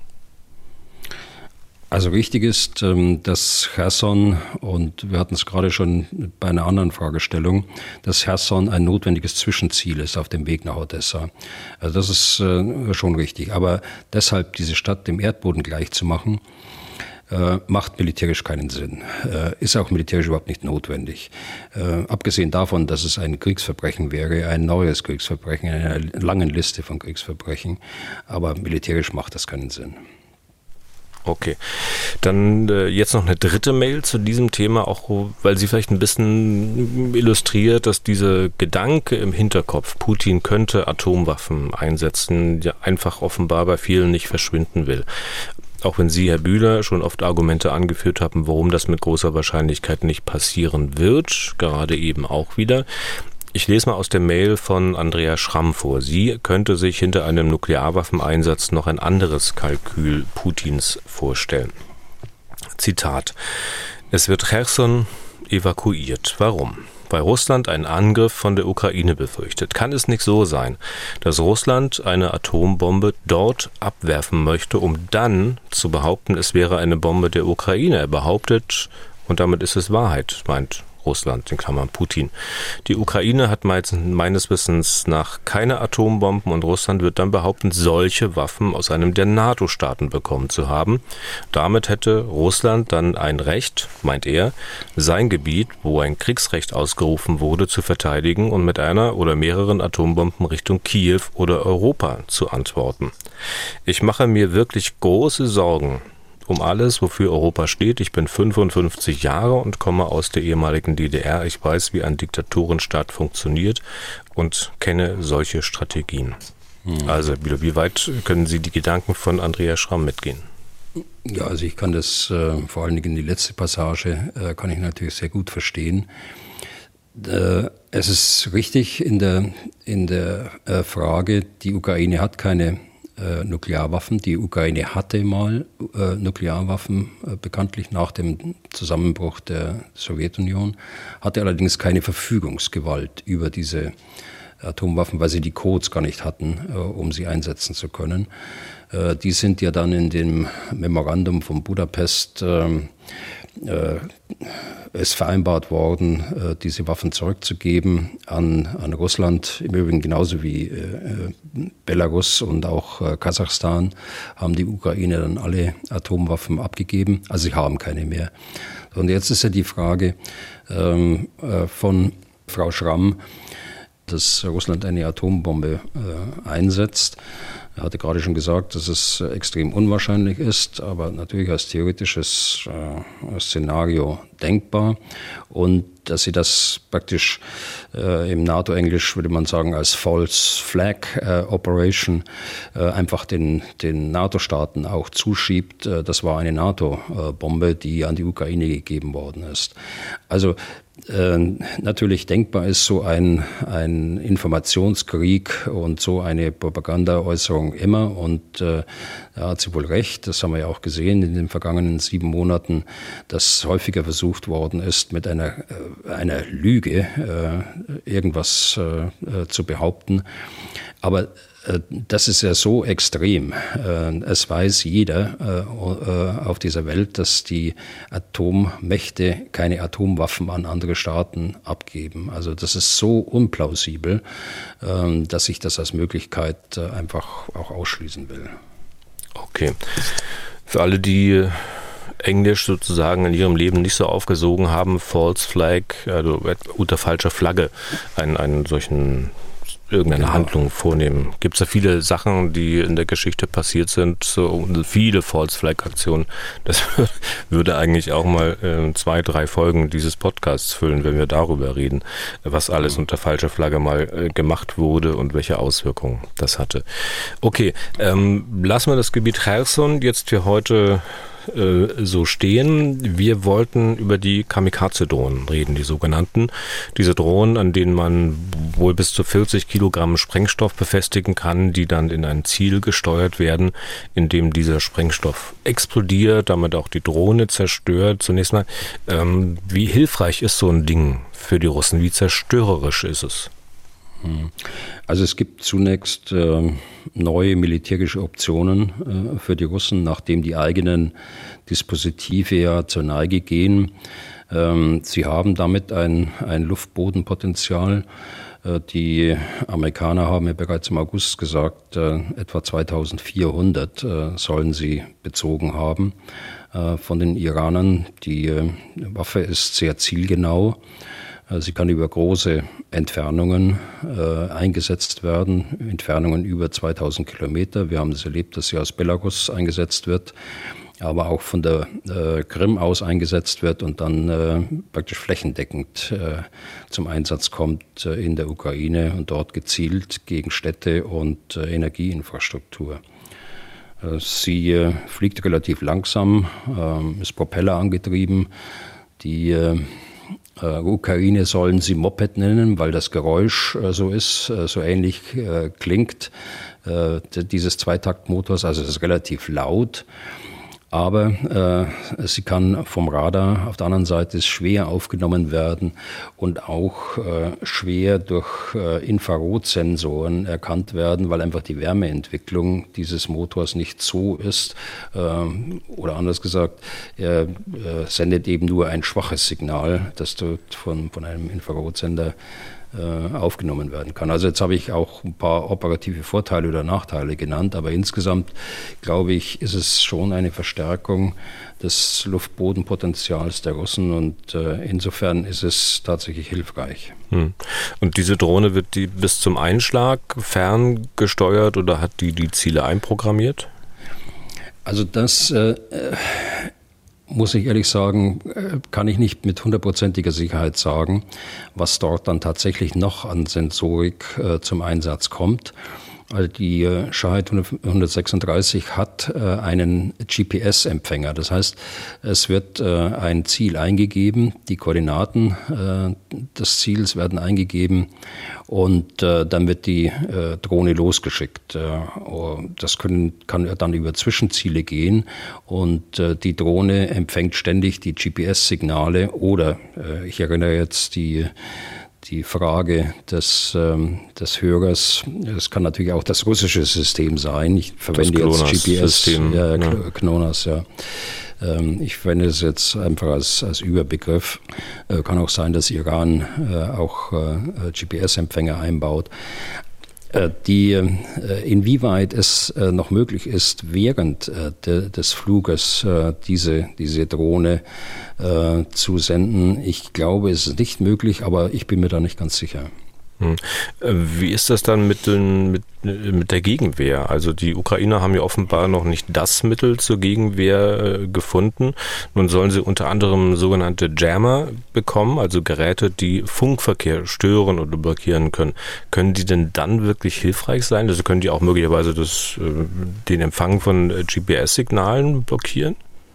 Also wichtig ist, dass Cherson, und wir hatten es gerade schon bei einer anderen Fragestellung, dass Cherson ein notwendiges Zwischenziel ist auf dem Weg nach Odessa. Also das ist schon richtig. Aber deshalb diese Stadt dem Erdboden gleich zu machen, macht militärisch keinen Sinn. Ist auch militärisch überhaupt nicht notwendig. Abgesehen davon, dass es ein Kriegsverbrechen wäre, ein neues Kriegsverbrechen, eine lange Liste von Kriegsverbrechen. Aber militärisch macht das keinen Sinn. Okay, dann jetzt noch eine dritte Mail zu diesem Thema, auch weil sie vielleicht ein bisschen illustriert, dass dieser Gedanke im Hinterkopf, Putin könnte Atomwaffen einsetzen, ja einfach offenbar bei vielen nicht verschwinden will. Auch wenn Sie, Herr Bühler, schon oft Argumente angeführt haben, warum das mit großer Wahrscheinlichkeit nicht passieren wird, gerade eben auch wieder. Ich lese mal aus der Mail von Andrea Schramm vor. Sie könnte sich hinter einem Nuklearwaffeneinsatz noch ein anderes Kalkül Putins vorstellen. Zitat: Es wird Cherson evakuiert. Warum? Weil Russland einen Angriff von der Ukraine befürchtet. Kann es nicht so sein, dass Russland eine Atombombe dort abwerfen möchte, um dann zu behaupten, es wäre eine Bombe der Ukraine? Er behauptet, und damit ist es Wahrheit, meint Russland, in Klammern Putin. Die Ukraine hat meines Wissens nach keine Atombomben und Russland wird dann behaupten, solche Waffen aus einem der NATO-Staaten bekommen zu haben. Damit hätte Russland dann ein Recht, meint er, sein Gebiet, wo ein Kriegsrecht ausgerufen wurde, zu verteidigen und mit einer oder mehreren Atombomben Richtung Kiew oder Europa zu antworten. Ich mache mir wirklich große Sorgen um alles, wofür Europa steht. Ich bin 55 Jahre und komme aus der ehemaligen DDR. Ich weiß, wie ein Diktaturenstaat funktioniert und kenne solche Strategien. Also, wie weit können Sie die Gedanken von Andrea Schramm mitgehen? Ja, also ich kann das, vor allen Dingen die letzte Passage, kann ich natürlich sehr gut verstehen. Es ist richtig in der Frage, die Ukraine hat keine Nuklearwaffen. Die Ukraine hatte mal Nuklearwaffen, bekanntlich nach dem Zusammenbruch der Sowjetunion, hatte allerdings keine Verfügungsgewalt über diese Atomwaffen, weil sie die Codes gar nicht hatten, um sie einsetzen zu können. Die sind ja dann in dem Memorandum von Budapest ist vereinbart worden, diese Waffen zurückzugeben an Russland. Im Übrigen genauso wie Belarus und auch Kasachstan haben die Ukraine dann alle Atomwaffen abgegeben. Also sie haben keine mehr. Und jetzt ist ja die Frage von Frau Schramm, dass Russland eine Atombombe einsetzt. Er hatte gerade schon gesagt, dass es extrem unwahrscheinlich ist, aber natürlich als theoretisches Szenario denkbar und dass sie das praktisch im NATO-Englisch würde man sagen als False Flag Operation einfach den NATO-Staaten auch zuschiebt. Das war eine NATO-Bombe, die an die Ukraine gegeben worden ist. Also natürlich denkbar ist so ein Informationskrieg und so eine Propagandaäußerung immer und da hat sie wohl recht, das haben wir ja auch gesehen in den vergangenen 7 Monaten, dass häufiger versucht worden ist, mit einer Lüge irgendwas zu behaupten. Aber das ist ja so extrem. Es weiß jeder auf dieser Welt, dass die Atommächte keine Atomwaffen an andere Staaten abgeben. Also das ist so unplausibel, dass ich das als Möglichkeit einfach auch ausschließen will. Okay. Für alle, die Englisch sozusagen in ihrem Leben nicht so aufgesogen haben, False Flag, also unter falscher Flagge, einen solchen irgendeine Handlung vornehmen. Gibt es da viele Sachen, die in der Geschichte passiert sind, so viele False-Flag-Aktionen. Das würde eigentlich auch mal 2, 3 Folgen dieses Podcasts füllen, wenn wir darüber reden, was alles unter falscher Flagge mal gemacht wurde und welche Auswirkungen das hatte. Okay, lassen wir das Gebiet Cherson jetzt für heute so stehen. Wir wollten über die Kamikaze-Drohnen reden, die sogenannten. Diese Drohnen, an denen man wohl bis zu 40 Kilogramm Sprengstoff befestigen kann, die dann in ein Ziel gesteuert werden, in dem dieser Sprengstoff explodiert, damit auch die Drohne zerstört. Zunächst mal, wie hilfreich ist so ein Ding für die Russen? Wie zerstörerisch ist es? Also es gibt zunächst neue militärische Optionen für die Russen, nachdem die eigenen Dispositive ja zur Neige gehen. Sie haben damit ein Luftbodenpotenzial. Die Amerikaner haben ja bereits im August gesagt, etwa 2400 sollen sie bezogen haben von den Iranern. Die Waffe ist sehr zielgenau. Sie kann über große Entfernungen eingesetzt werden, Entfernungen über 2000 Kilometer. Wir haben es erlebt, dass sie aus Belarus eingesetzt wird, aber auch von der Krim aus eingesetzt wird und dann praktisch flächendeckend zum Einsatz kommt in der Ukraine und dort gezielt gegen Städte und Energieinfrastruktur. Sie fliegt relativ langsam, ist Propeller angetrieben. Die Ukraine sollen sie Moped nennen, weil das Geräusch so ist, so ähnlich klingt dieses Zweitaktmotors, also es ist relativ laut. Aber sie kann vom Radar auf der anderen Seite schwer aufgenommen werden und auch schwer durch Infrarotsensoren erkannt werden, weil einfach die Wärmeentwicklung dieses Motors nicht so ist. Oder anders gesagt, er sendet eben nur ein schwaches Signal, das dort von einem Infrarotsender aufgenommen werden kann. Also jetzt habe ich auch ein paar operative Vorteile oder Nachteile genannt, aber insgesamt, glaube ich, ist es schon eine Verstärkung des Luftbodenpotenzials der Russen und insofern ist es tatsächlich hilfreich. Und diese Drohne, wird die bis zum Einschlag ferngesteuert oder hat die Ziele einprogrammiert? Also das muss ich ehrlich sagen, kann ich nicht mit 100%iger Sicherheit sagen, was dort dann tatsächlich noch an Sensorik zum Einsatz kommt. Also die Shahed 136 hat einen GPS-Empfänger. Das heißt, es wird ein Ziel eingegeben, die Koordinaten des Ziels werden eingegeben und dann wird die Drohne losgeschickt. Das kann dann über Zwischenziele gehen und die Drohne empfängt ständig die GPS-Signale oder, ich erinnere jetzt die Frage des Hörers, es kann natürlich auch das russische System sein. Ich verwende jetzt GPS-System, GLONASS, ja. Ich verwende es jetzt einfach als Überbegriff. Kann auch sein, dass Iran auch GPS-Empfänger einbaut. Inwieweit es noch möglich ist, während des Fluges diese Drohne zu senden, ich glaube, es ist nicht möglich, aber ich bin mir da nicht ganz sicher. Wie ist das dann mit der Gegenwehr? Also die Ukrainer haben ja offenbar noch nicht das Mittel zur Gegenwehr gefunden. Nun sollen sie unter anderem sogenannte Jammer bekommen, also Geräte, die Funkverkehr stören oder blockieren können. Können die denn dann wirklich hilfreich sein? Also können die auch möglicherweise den Empfang von GPS-Signalen blockieren?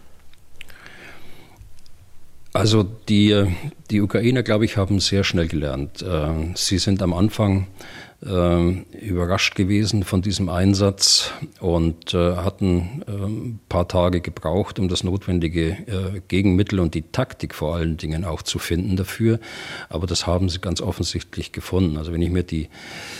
Also die Ukrainer, glaube ich, haben sehr schnell gelernt. Sie sind am Anfang überrascht gewesen von diesem Einsatz und hatten ein paar Tage gebraucht, um das notwendige Gegenmittel und die Taktik vor allen Dingen auch zu finden dafür. Aber das haben sie ganz offensichtlich gefunden. Also wenn ich mir die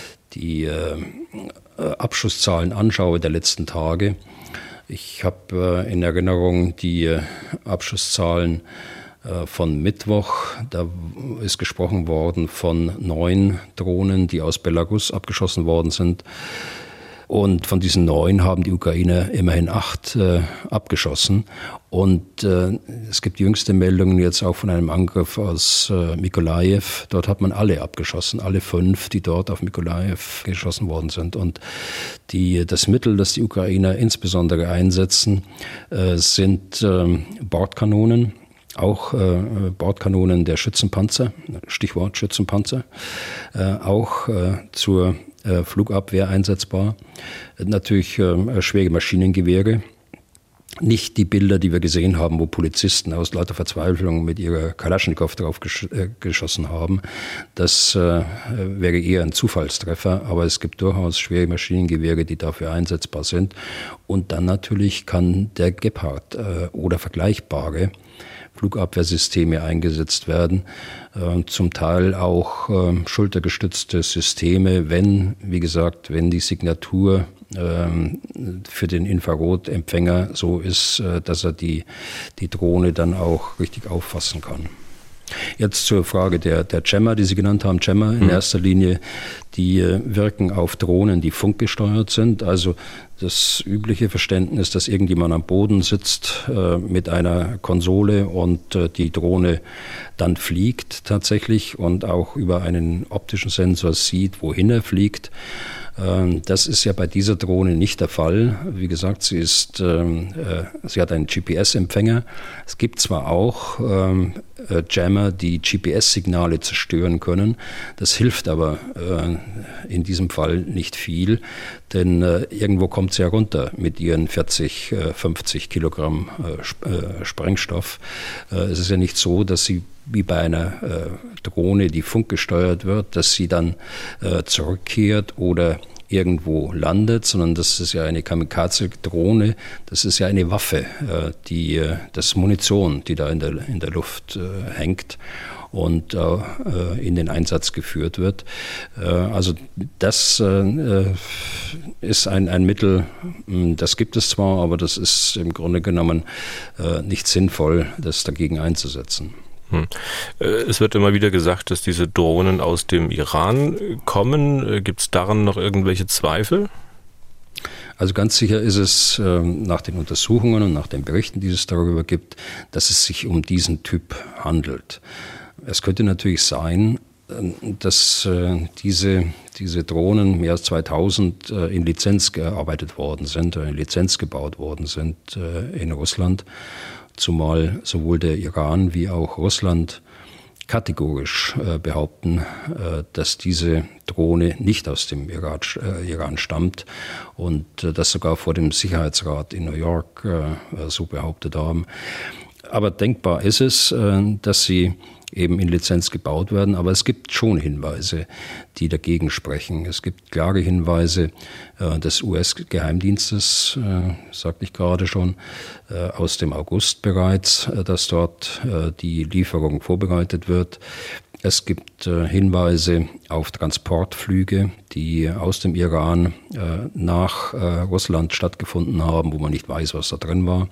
Abschusszahlen anschaue der letzten Tage, ich habe in Erinnerung die Abschusszahlen von Mittwoch, da ist gesprochen worden von 9 Drohnen, die aus Belarus abgeschossen worden sind. Und von diesen 9 haben die Ukrainer immerhin 8 abgeschossen. Und es gibt jüngste Meldungen jetzt auch von einem Angriff aus Mykolajiw. Dort hat man alle abgeschossen, alle 5, die dort auf Mykolajiw geschossen worden sind. Und das Mittel, das die Ukrainer insbesondere einsetzen, sind Bordkanonen. Auch Bordkanonen der Schützenpanzer, Stichwort Schützenpanzer, auch zur Flugabwehr einsetzbar. Natürlich schwere Maschinengewehre. Nicht die Bilder, die wir gesehen haben, wo Polizisten aus lauter Verzweiflung mit ihrer Kalaschnikow drauf geschossen haben. Das wäre eher ein Zufallstreffer, aber es gibt durchaus schwere Maschinengewehre, die dafür einsetzbar sind. Und dann natürlich kann der Gepard oder vergleichbare Flugabwehrsysteme eingesetzt werden, zum Teil auch schultergestützte Systeme, wenn die Signatur für den Infrarotempfänger so ist, dass er die Drohne dann auch richtig auffassen kann. Jetzt zur Frage der Jammer, die Sie genannt haben. Jammer in erster Linie, die wirken auf Drohnen, die funkgesteuert sind. Also das übliche Verständnis, dass irgendjemand am Boden sitzt mit einer Konsole und die Drohne dann fliegt tatsächlich und auch über einen optischen Sensor sieht, wohin er fliegt. Das ist ja bei dieser Drohne nicht der Fall. Wie gesagt, sie hat einen GPS-Empfänger. Es gibt zwar auch Jammer, die GPS-Signale zerstören können. Das hilft aber in diesem Fall nicht viel, denn irgendwo kommt sie ja runter mit ihren 40, 50 Kilogramm Sprengstoff. Es ist ja nicht so, dass sie wie bei einer Drohne, die funkgesteuert wird, dass sie dann zurückkehrt oder irgendwo landet, sondern das ist ja eine Kamikaze-Drohne, das ist ja eine Waffe, das ist Munition, die da in der Luft hängt und in den Einsatz geführt wird. Also das ist ein Mittel, das gibt es zwar, aber das ist im Grunde genommen nicht sinnvoll, das dagegen einzusetzen. Es wird immer wieder gesagt, dass diese Drohnen aus dem Iran kommen. Gibt es daran noch irgendwelche Zweifel? Also ganz sicher ist es nach den Untersuchungen und nach den Berichten, die es darüber gibt, dass es sich um diesen Typ handelt. Es könnte natürlich sein, dass diese Drohnen, mehr als 2000, in Lizenz gearbeitet worden sind, in Lizenz gebaut worden sind in Russland. Zumal sowohl der Iran wie auch Russland kategorisch behaupten, dass diese Drohne nicht aus dem Iran stammt und das sogar vor dem Sicherheitsrat in New York so behauptet haben. Aber denkbar ist es, dass sie eben in Lizenz gebaut werden. Aber es gibt schon Hinweise, die dagegen sprechen. Es gibt klare Hinweise des US-Geheimdienstes, sagte ich gerade schon, aus dem August bereits, dass dort die Lieferung vorbereitet wird. Es gibt Hinweise auf Transportflüge, die aus dem Iran nach Russland stattgefunden haben, wo man nicht weiß, was da drin war.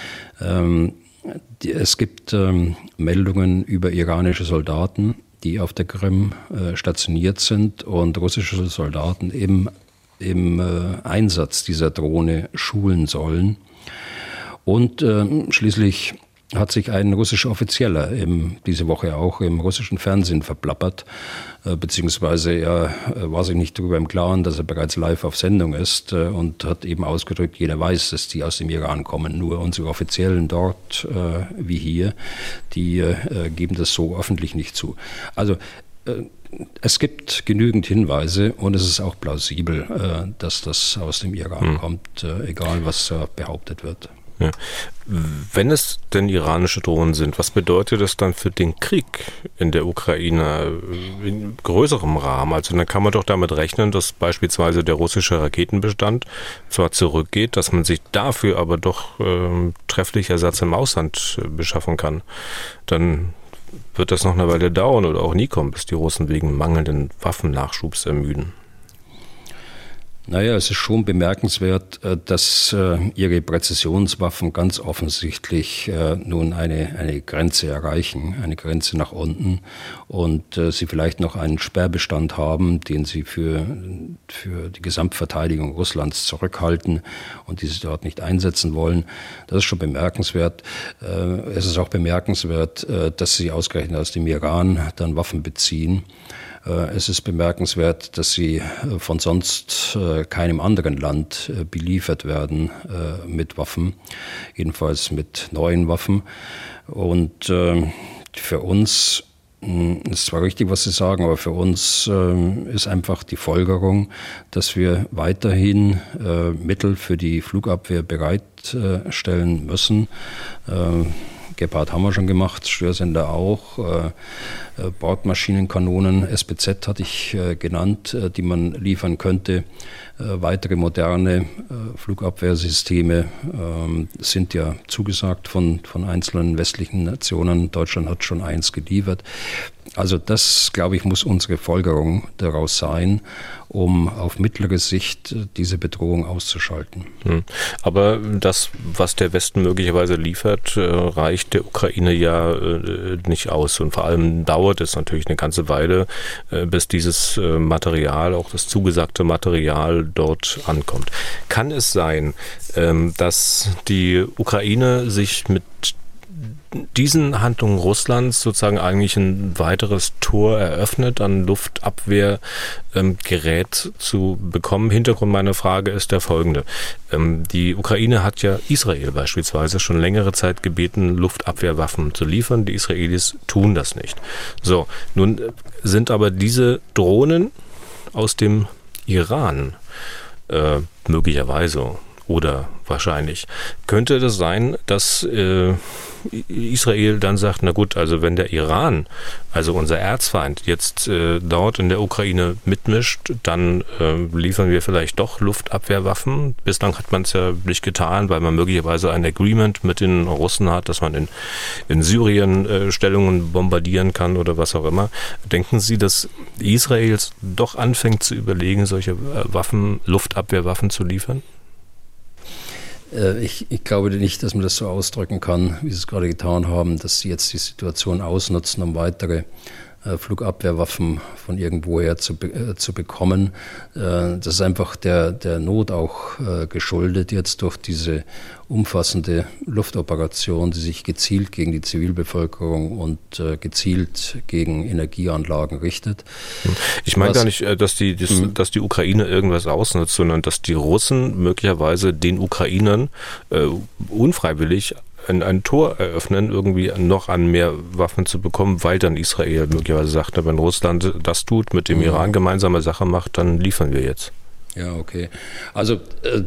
Es gibt Meldungen über iranische Soldaten, die auf der Krim stationiert sind und russische Soldaten im Einsatz dieser Drohne schulen sollen. Und schließlich hat sich ein russischer Offizieller diese Woche auch im russischen Fernsehen verplappert, beziehungsweise er war sich nicht darüber im Klaren, dass er bereits live auf Sendung ist und hat eben ausgedrückt, jeder weiß, dass die aus dem Iran kommen, nur unsere Offiziellen dort wie hier, die geben das so öffentlich nicht zu. Also es gibt genügend Hinweise und es ist auch plausibel, dass das aus dem Iran kommt, egal was behauptet wird. Ja. Wenn es denn iranische Drohnen sind, was bedeutet das dann für den Krieg in der Ukraine in größerem Rahmen? Also dann kann man doch damit rechnen, dass beispielsweise der russische Raketenbestand zwar zurückgeht, dass man sich dafür aber doch trefflich Ersatz im Ausland beschaffen kann. Dann wird das noch eine Weile dauern oder auch nie kommen, bis die Russen wegen mangelnden Waffennachschubs ermüden. Naja, es ist schon bemerkenswert, dass ihre Präzisionswaffen ganz offensichtlich nun eine Grenze erreichen, eine Grenze nach unten und sie vielleicht noch einen Sperrbestand haben, den sie für die Gesamtverteidigung Russlands zurückhalten und die sie dort nicht einsetzen wollen. Das ist schon bemerkenswert. Es ist auch bemerkenswert, dass sie ausgerechnet aus dem Iran dann Waffen beziehen. Es ist bemerkenswert, dass sie von sonst keinem anderen Land beliefert werden mit Waffen, jedenfalls mit neuen Waffen. Und für uns ist zwar richtig, was Sie sagen, aber für uns ist einfach die Folgerung, dass wir weiterhin Mittel für die Flugabwehr bereitstellen müssen. Gepard haben wir schon gemacht, Störsender auch, Bordmaschinenkanonen, SBZ hatte ich genannt, die man liefern könnte. Weitere moderne Flugabwehrsysteme sind ja zugesagt von einzelnen westlichen Nationen. Deutschland hat schon eins geliefert. Also das, glaube ich, muss unsere Folgerung daraus sein, um auf mittlere Sicht diese Bedrohung auszuschalten. Aber das, was der Westen möglicherweise liefert, reicht der Ukraine ja nicht aus. Und vor allem dauert es natürlich eine ganze Weile, bis dieses Material, auch das zugesagte Material, dort ankommt. Kann es sein, dass die Ukraine sich mit diesen Handlungen Russlands sozusagen eigentlich ein weiteres Tor eröffnet, an Luftabwehrgerät zu bekommen? Hintergrund meiner Frage ist der folgende. Die Ukraine hat ja Israel beispielsweise schon längere Zeit gebeten, Luftabwehrwaffen zu liefern. Die Israelis tun das nicht. So, nun sind aber diese Drohnen aus dem Iran möglicherweise oder wahrscheinlich. Könnte das sein, dass Israel dann sagt, na gut, also wenn der Iran, also unser Erzfeind, jetzt dort in der Ukraine mitmischt, dann liefern wir vielleicht doch Luftabwehrwaffen. Bislang hat man es ja nicht getan, weil man möglicherweise ein Agreement mit den Russen hat, dass man in Syrien Stellungen bombardieren kann oder was auch immer. Denken Sie, dass Israel doch anfängt zu überlegen, solche Waffen, Luftabwehrwaffen zu liefern? Ich glaube nicht, dass man das so ausdrücken kann, wie Sie es gerade getan haben, dass sie jetzt die Situation ausnutzen, um weitere Flugabwehrwaffen von irgendwoher zu bekommen. Das ist einfach der Not auch geschuldet, jetzt durch diese umfassende Luftoperation, die sich gezielt gegen die Zivilbevölkerung und gezielt gegen Energieanlagen richtet. Ich meine gar nicht, dass die Ukraine irgendwas ausnutzt, sondern dass die Russen möglicherweise den Ukrainern unfreiwillig ein Tor eröffnen, irgendwie noch an mehr Waffen zu bekommen, weil dann Israel möglicherweise sagt, wenn Russland das tut, mit dem Iran gemeinsame Sache macht, dann liefern wir jetzt. Ja, okay. Also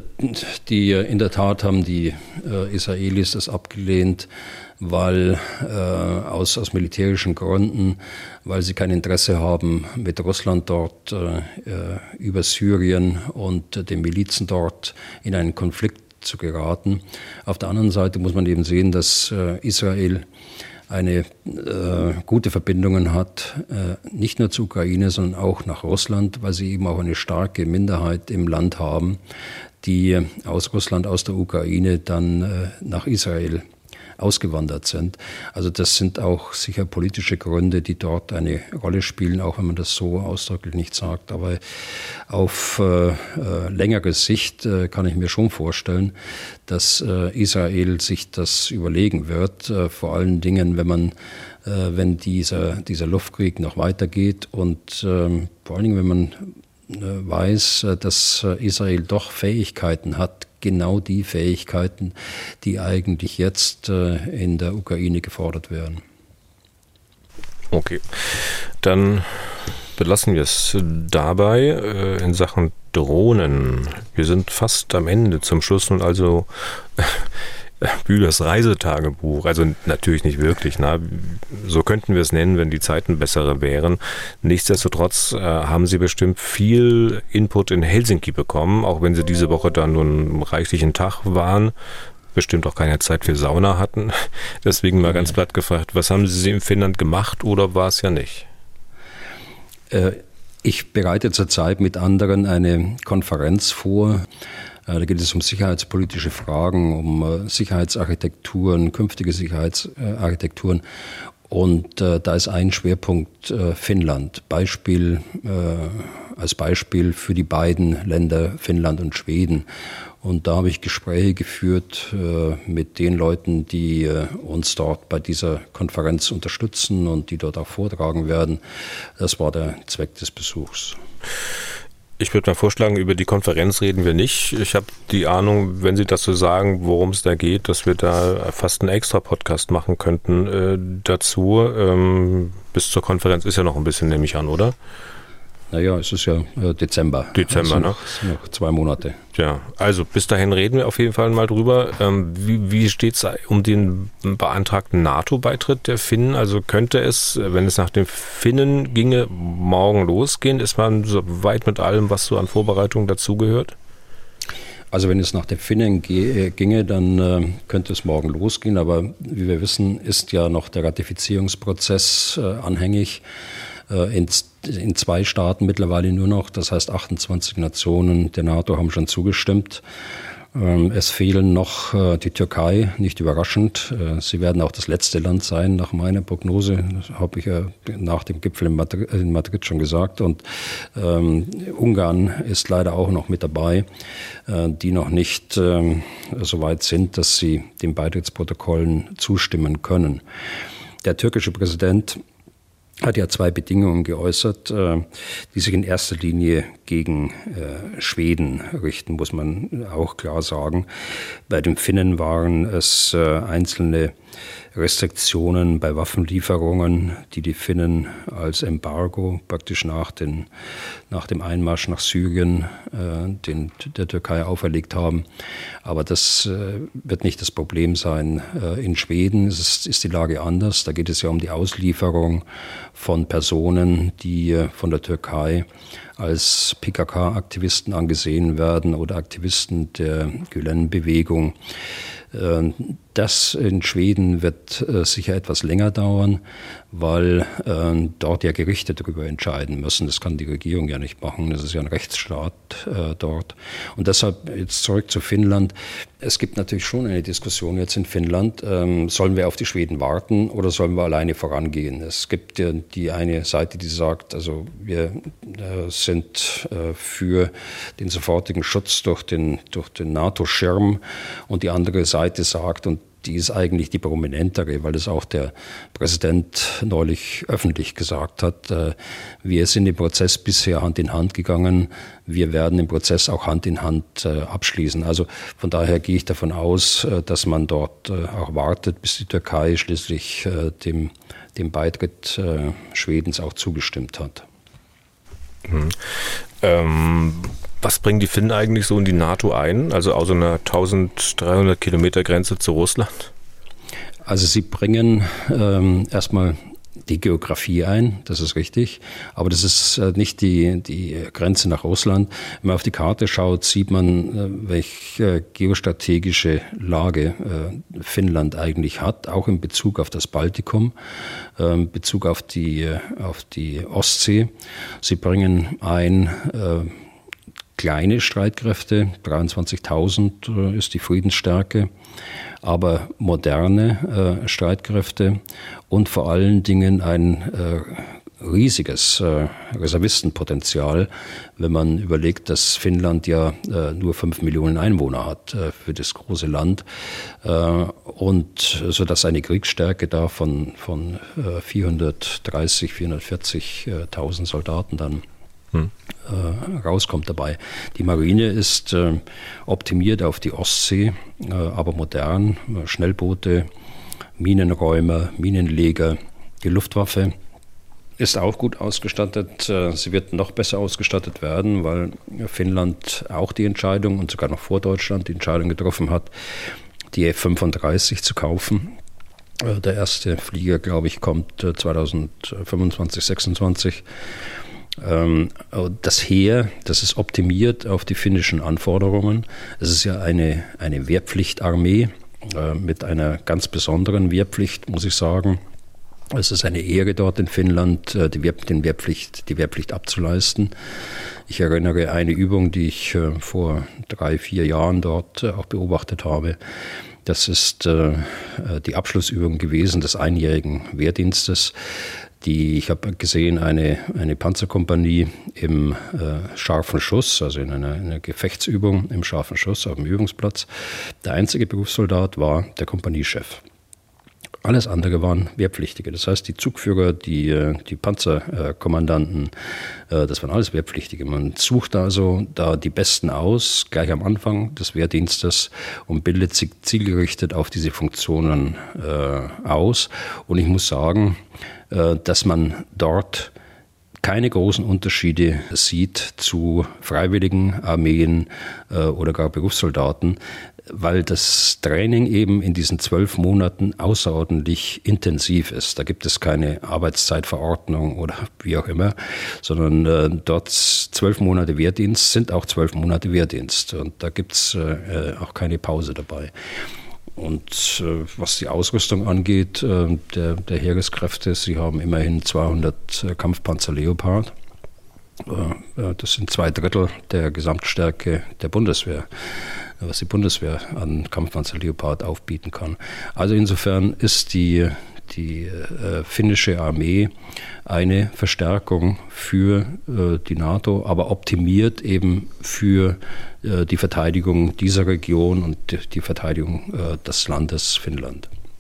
in der Tat haben die Israelis das abgelehnt, weil aus militärischen Gründen, weil sie kein Interesse haben, mit Russland dort über Syrien und den Milizen dort in einen Konflikt zu geraten. Auf der anderen Seite muss man eben sehen, dass Israel eine gute Verbindungen hat, nicht nur zur Ukraine, sondern auch nach Russland, weil sie eben auch eine starke Minderheit im Land haben, die aus Russland, aus der Ukraine dann nach Israel ausgewandert sind. Also das sind auch sicher politische Gründe, die dort eine Rolle spielen, auch wenn man das so ausdrücklich nicht sagt. Aber auf längere Sicht kann ich mir schon vorstellen, dass Israel sich das überlegen wird, vor allen Dingen, wenn dieser Luftkrieg noch weitergeht und vor allen Dingen, wenn man weiß, dass Israel doch Fähigkeiten hat, genau die Fähigkeiten, die eigentlich jetzt in der Ukraine gefordert werden. Okay, dann belassen wir es dabei in Sachen Drohnen. Wir sind fast am Ende zum Schluss und also Bühlers Reisetagebuch, also natürlich nicht wirklich, so könnten wir es nennen, wenn die Zeiten bessere wären. Nichtsdestotrotz haben Sie bestimmt viel Input in Helsinki bekommen, auch wenn Sie diese Woche dann nur einen reichlichen Tag waren, bestimmt auch keine Zeit für Sauna hatten. Deswegen mal ganz platt gefragt, was haben Sie in Finnland gemacht oder war es ja nicht? Ich bereite zurzeit mit anderen eine Konferenz vor. Da geht es um sicherheitspolitische Fragen, um Sicherheitsarchitekturen, künftige Sicherheitsarchitekturen. Und da ist ein Schwerpunkt Finnland. Als Beispiel für die beiden Länder Finnland und Schweden. Und da habe ich Gespräche geführt mit den Leuten, die uns dort bei dieser Konferenz unterstützen und die dort auch vortragen werden. Das war der Zweck des Besuchs. Ich würde mal vorschlagen, über die Konferenz reden wir nicht. Ich habe die Ahnung, wenn Sie das so sagen, worum es da geht, dass wir da fast einen extra Podcast machen könnten dazu. Bis zur Konferenz ist ja noch ein bisschen, nehme ich an, oder? Naja, es ist ja Dezember. Dezember, also noch 2 Monate. Ja, also bis dahin reden wir auf jeden Fall mal drüber. Wie steht es um den beantragten NATO-Beitritt der Finnen? Also könnte es, wenn es nach den Finnen ginge, morgen losgehen? Ist man so weit mit allem, was so an Vorbereitungen dazugehört? Also wenn es nach den Finnen ginge, dann könnte es morgen losgehen. Aber wie wir wissen, ist ja noch der Ratifizierungsprozess anhängig. In 2 Staaten mittlerweile nur noch, das heißt 28 Nationen der NATO haben schon zugestimmt. Es fehlen noch die Türkei, nicht überraschend. Sie werden auch das letzte Land sein, nach meiner Prognose, das habe ich ja nach dem Gipfel in Madrid schon gesagt. Und Ungarn ist leider auch noch mit dabei, die noch nicht so weit sind, dass sie den Beitrittsprotokollen zustimmen können. Der türkische Präsident hat ja 2 Bedingungen geäußert, die sich in erster Linie gegen Schweden richten, muss man auch klar sagen. Bei den Finnen waren es einzelne Restriktionen bei Waffenlieferungen, die Finnen als Embargo praktisch nach dem Einmarsch nach Syrien der Türkei auferlegt haben. Aber das wird nicht das Problem sein. In Schweden ist die Lage anders. Da geht es ja um die Auslieferung von Personen, die von der Türkei als PKK-Aktivisten angesehen werden oder Aktivisten der Gülen-Bewegung. Das in Schweden wird sicher etwas länger dauern, weil dort ja Gerichte darüber entscheiden müssen. Das kann die Regierung ja nicht machen. Das ist ja ein Rechtsstaat dort. Und deshalb jetzt zurück zu Finnland. Es gibt natürlich schon eine Diskussion jetzt in Finnland. Sollen wir auf die Schweden warten oder sollen wir alleine vorangehen? Es gibt ja die eine Seite, die sagt, also wir sind für den sofortigen Schutz durch den NATO-Schirm, und die andere Seite sagt, und die ist eigentlich die prominentere, weil es auch der Präsident neulich öffentlich gesagt hat, wir sind im Prozess bisher Hand in Hand gegangen, wir werden den Prozess auch Hand in Hand abschließen. Also von daher gehe ich davon aus, dass man dort auch wartet, bis die Türkei schließlich dem Beitritt Schwedens auch zugestimmt hat. Was bringen die Finnen eigentlich so in die NATO ein? Also aus einer 1300 Kilometer Grenze zu Russland? Also sie bringen erstmal die Geografie ein, das ist richtig, aber das ist nicht die Grenze nach Russland. Wenn man auf die Karte schaut, sieht man, welche geostrategische Lage Finnland eigentlich hat, auch in Bezug auf das Baltikum, in Bezug auf die Ostsee. Sie bringen ein kleine Streitkräfte, 23.000 ist die Friedensstärke, aber moderne Streitkräfte und vor allen Dingen ein riesiges Reservistenpotenzial, wenn man überlegt, dass Finnland ja nur 5 Millionen Einwohner hat für das große Land, und so dass eine Kriegsstärke da von 440.000 Soldaten dann rauskommt dabei. Die Marine ist optimiert auf die Ostsee, aber modern. Schnellboote, Minenräumer, Minenleger. Die Luftwaffe ist auch gut ausgestattet. Sie wird noch besser ausgestattet werden, weil Finnland auch die Entscheidung und sogar noch vor Deutschland die Entscheidung getroffen hat, die F-35 zu kaufen. Der erste Flieger, glaube ich, kommt 2025, 2026. Das Heer, das ist optimiert auf die finnischen Anforderungen. Es ist ja eine Wehrpflichtarmee mit einer ganz besonderen Wehrpflicht, muss ich sagen. Es ist eine Ehre dort in Finnland, die Wehrpflicht abzuleisten. Ich erinnere eine Übung, die ich vor 3-4 Jahren dort auch beobachtet habe. Das ist die Abschlussübung gewesen des einjährigen Wehrdienstes. Ich habe gesehen, eine Panzerkompanie im scharfen Schuss, also in einer Gefechtsübung im scharfen Schuss auf dem Übungsplatz. Der einzige Berufssoldat war der Kompaniechef. Alles andere waren Wehrpflichtige. Das heißt, die Zugführer, die Panzerkommandanten, das waren alles Wehrpflichtige. Man sucht also da die Besten aus, gleich am Anfang des Wehrdienstes, und bildet sich zielgerichtet auf diese Funktionen aus. Und ich muss sagen, dass man dort keine großen Unterschiede sieht zu freiwilligen Armeen oder gar Berufssoldaten, weil das Training eben in diesen 12 Monaten außerordentlich intensiv ist. Da gibt es keine Arbeitszeitverordnung oder wie auch immer, sondern dort 12 Monate Wehrdienst sind auch 12 Monate Wehrdienst, und da gibt es auch keine Pause dabei. Und was die Ausrüstung angeht, der Heereskräfte, sie haben immerhin 200 Kampfpanzer Leopard. Das sind 2/3 der Gesamtstärke der Bundeswehr, was die Bundeswehr an Kampfpanzer Leopard aufbieten kann. Also insofern ist die finnische Armee eine Verstärkung für die NATO, aber optimiert eben für die Verteidigung dieser Region und die Verteidigung des Landes Finnland.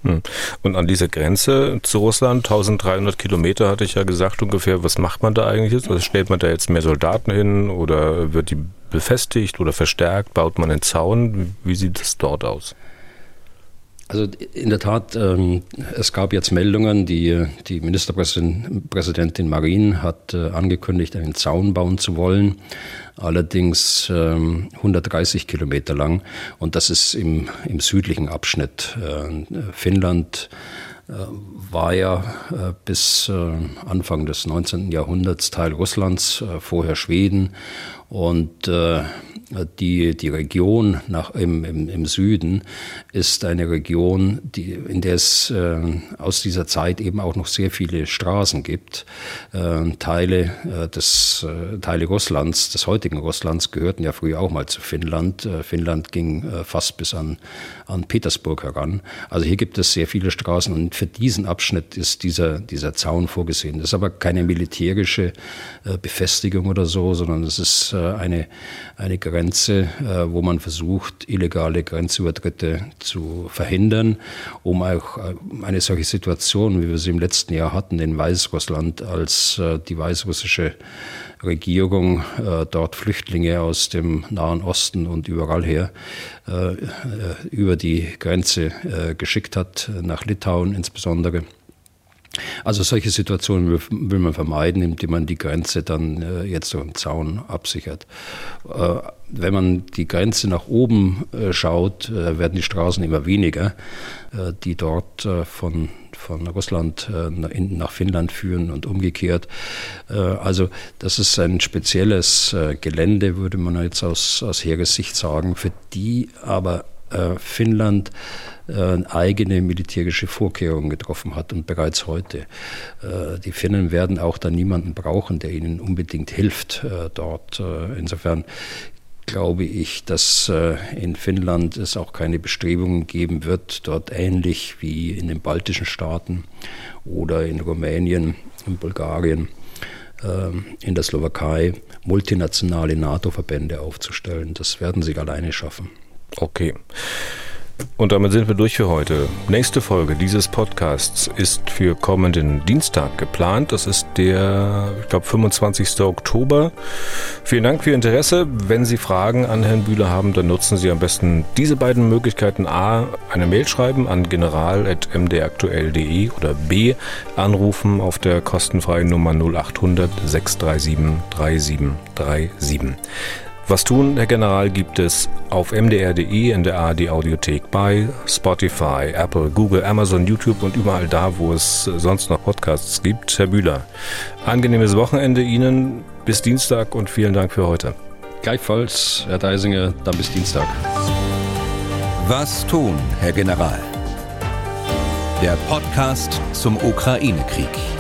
Und an dieser Grenze zu Russland, 1300 Kilometer hatte ich ja gesagt ungefähr, was macht man da eigentlich jetzt? Also stellt man da jetzt mehr Soldaten hin oder wird die befestigt oder verstärkt? Baut man einen Zaun? Wie sieht es dort aus? Also in der Tat, es gab jetzt Meldungen, die Ministerpräsidentin Marin hat angekündigt, einen Zaun bauen zu wollen, allerdings 130 Kilometer lang, und das ist im südlichen Abschnitt. Finnland war ja bis Anfang des 19. Jahrhunderts Teil Russlands, vorher Schweden, und die Region im Süden ist eine Region, in der es aus dieser Zeit eben auch noch sehr viele Straßen gibt. Teile Russlands, des heutigen Russlands, gehörten ja früher auch mal zu Finnland. Finnland ging fast bis an Petersburg heran. Also hier gibt es sehr viele Straßen, und für diesen Abschnitt ist dieser Zaun vorgesehen. Das ist aber keine militärische Befestigung oder so, sondern es ist eine Grenze, wo man versucht, illegale Grenzübertritte zu verhindern, um auch eine solche Situation, wie wir sie im letzten Jahr hatten in Weißrussland, als die weißrussische Regierung dort Flüchtlinge aus dem Nahen Osten und überall her über die Grenze geschickt hat, nach Litauen insbesondere. Also solche Situationen will man vermeiden, indem man die Grenze dann jetzt durch einen Zaun absichert. Wenn man die Grenze nach oben schaut, werden die Straßen immer weniger, die dort von Russland nach Finnland führen und umgekehrt. Also das ist ein spezielles Gelände, würde man jetzt aus Heeressicht sagen, für die aber Finnland eigene militärische Vorkehrungen getroffen hat, und bereits heute. Die Finnen werden auch dann niemanden brauchen, der ihnen unbedingt hilft dort. Insofern glaube ich, dass in Finnland es auch keine Bestrebungen geben wird, dort ähnlich wie in den baltischen Staaten oder in Rumänien, in Bulgarien, in der Slowakei, multinationale NATO-Verbände aufzustellen. Das werden sie alleine schaffen. Okay. Und damit sind wir durch für heute. Nächste Folge dieses Podcasts ist für kommenden Dienstag geplant. Das ist der, ich glaube, 25. Oktober. Vielen Dank für Ihr Interesse. Wenn Sie Fragen an Herrn Bühler haben, dann nutzen Sie am besten diese beiden Möglichkeiten. A, eine Mail schreiben an general@mdraktuell.de oder B, anrufen auf der kostenfreien Nummer 0800 637 3737. Was tun, Herr General, gibt es auf mdr.de, in der ARD-Audiothek, bei Spotify, Apple, Google, Amazon, YouTube und überall da, wo es sonst noch Podcasts gibt. Herr Bühler, angenehmes Wochenende Ihnen, bis Dienstag und vielen Dank für heute. Gleichfalls, Herr Deisinger, dann bis Dienstag. Was tun, Herr General? Der Podcast zum Ukraine-Krieg.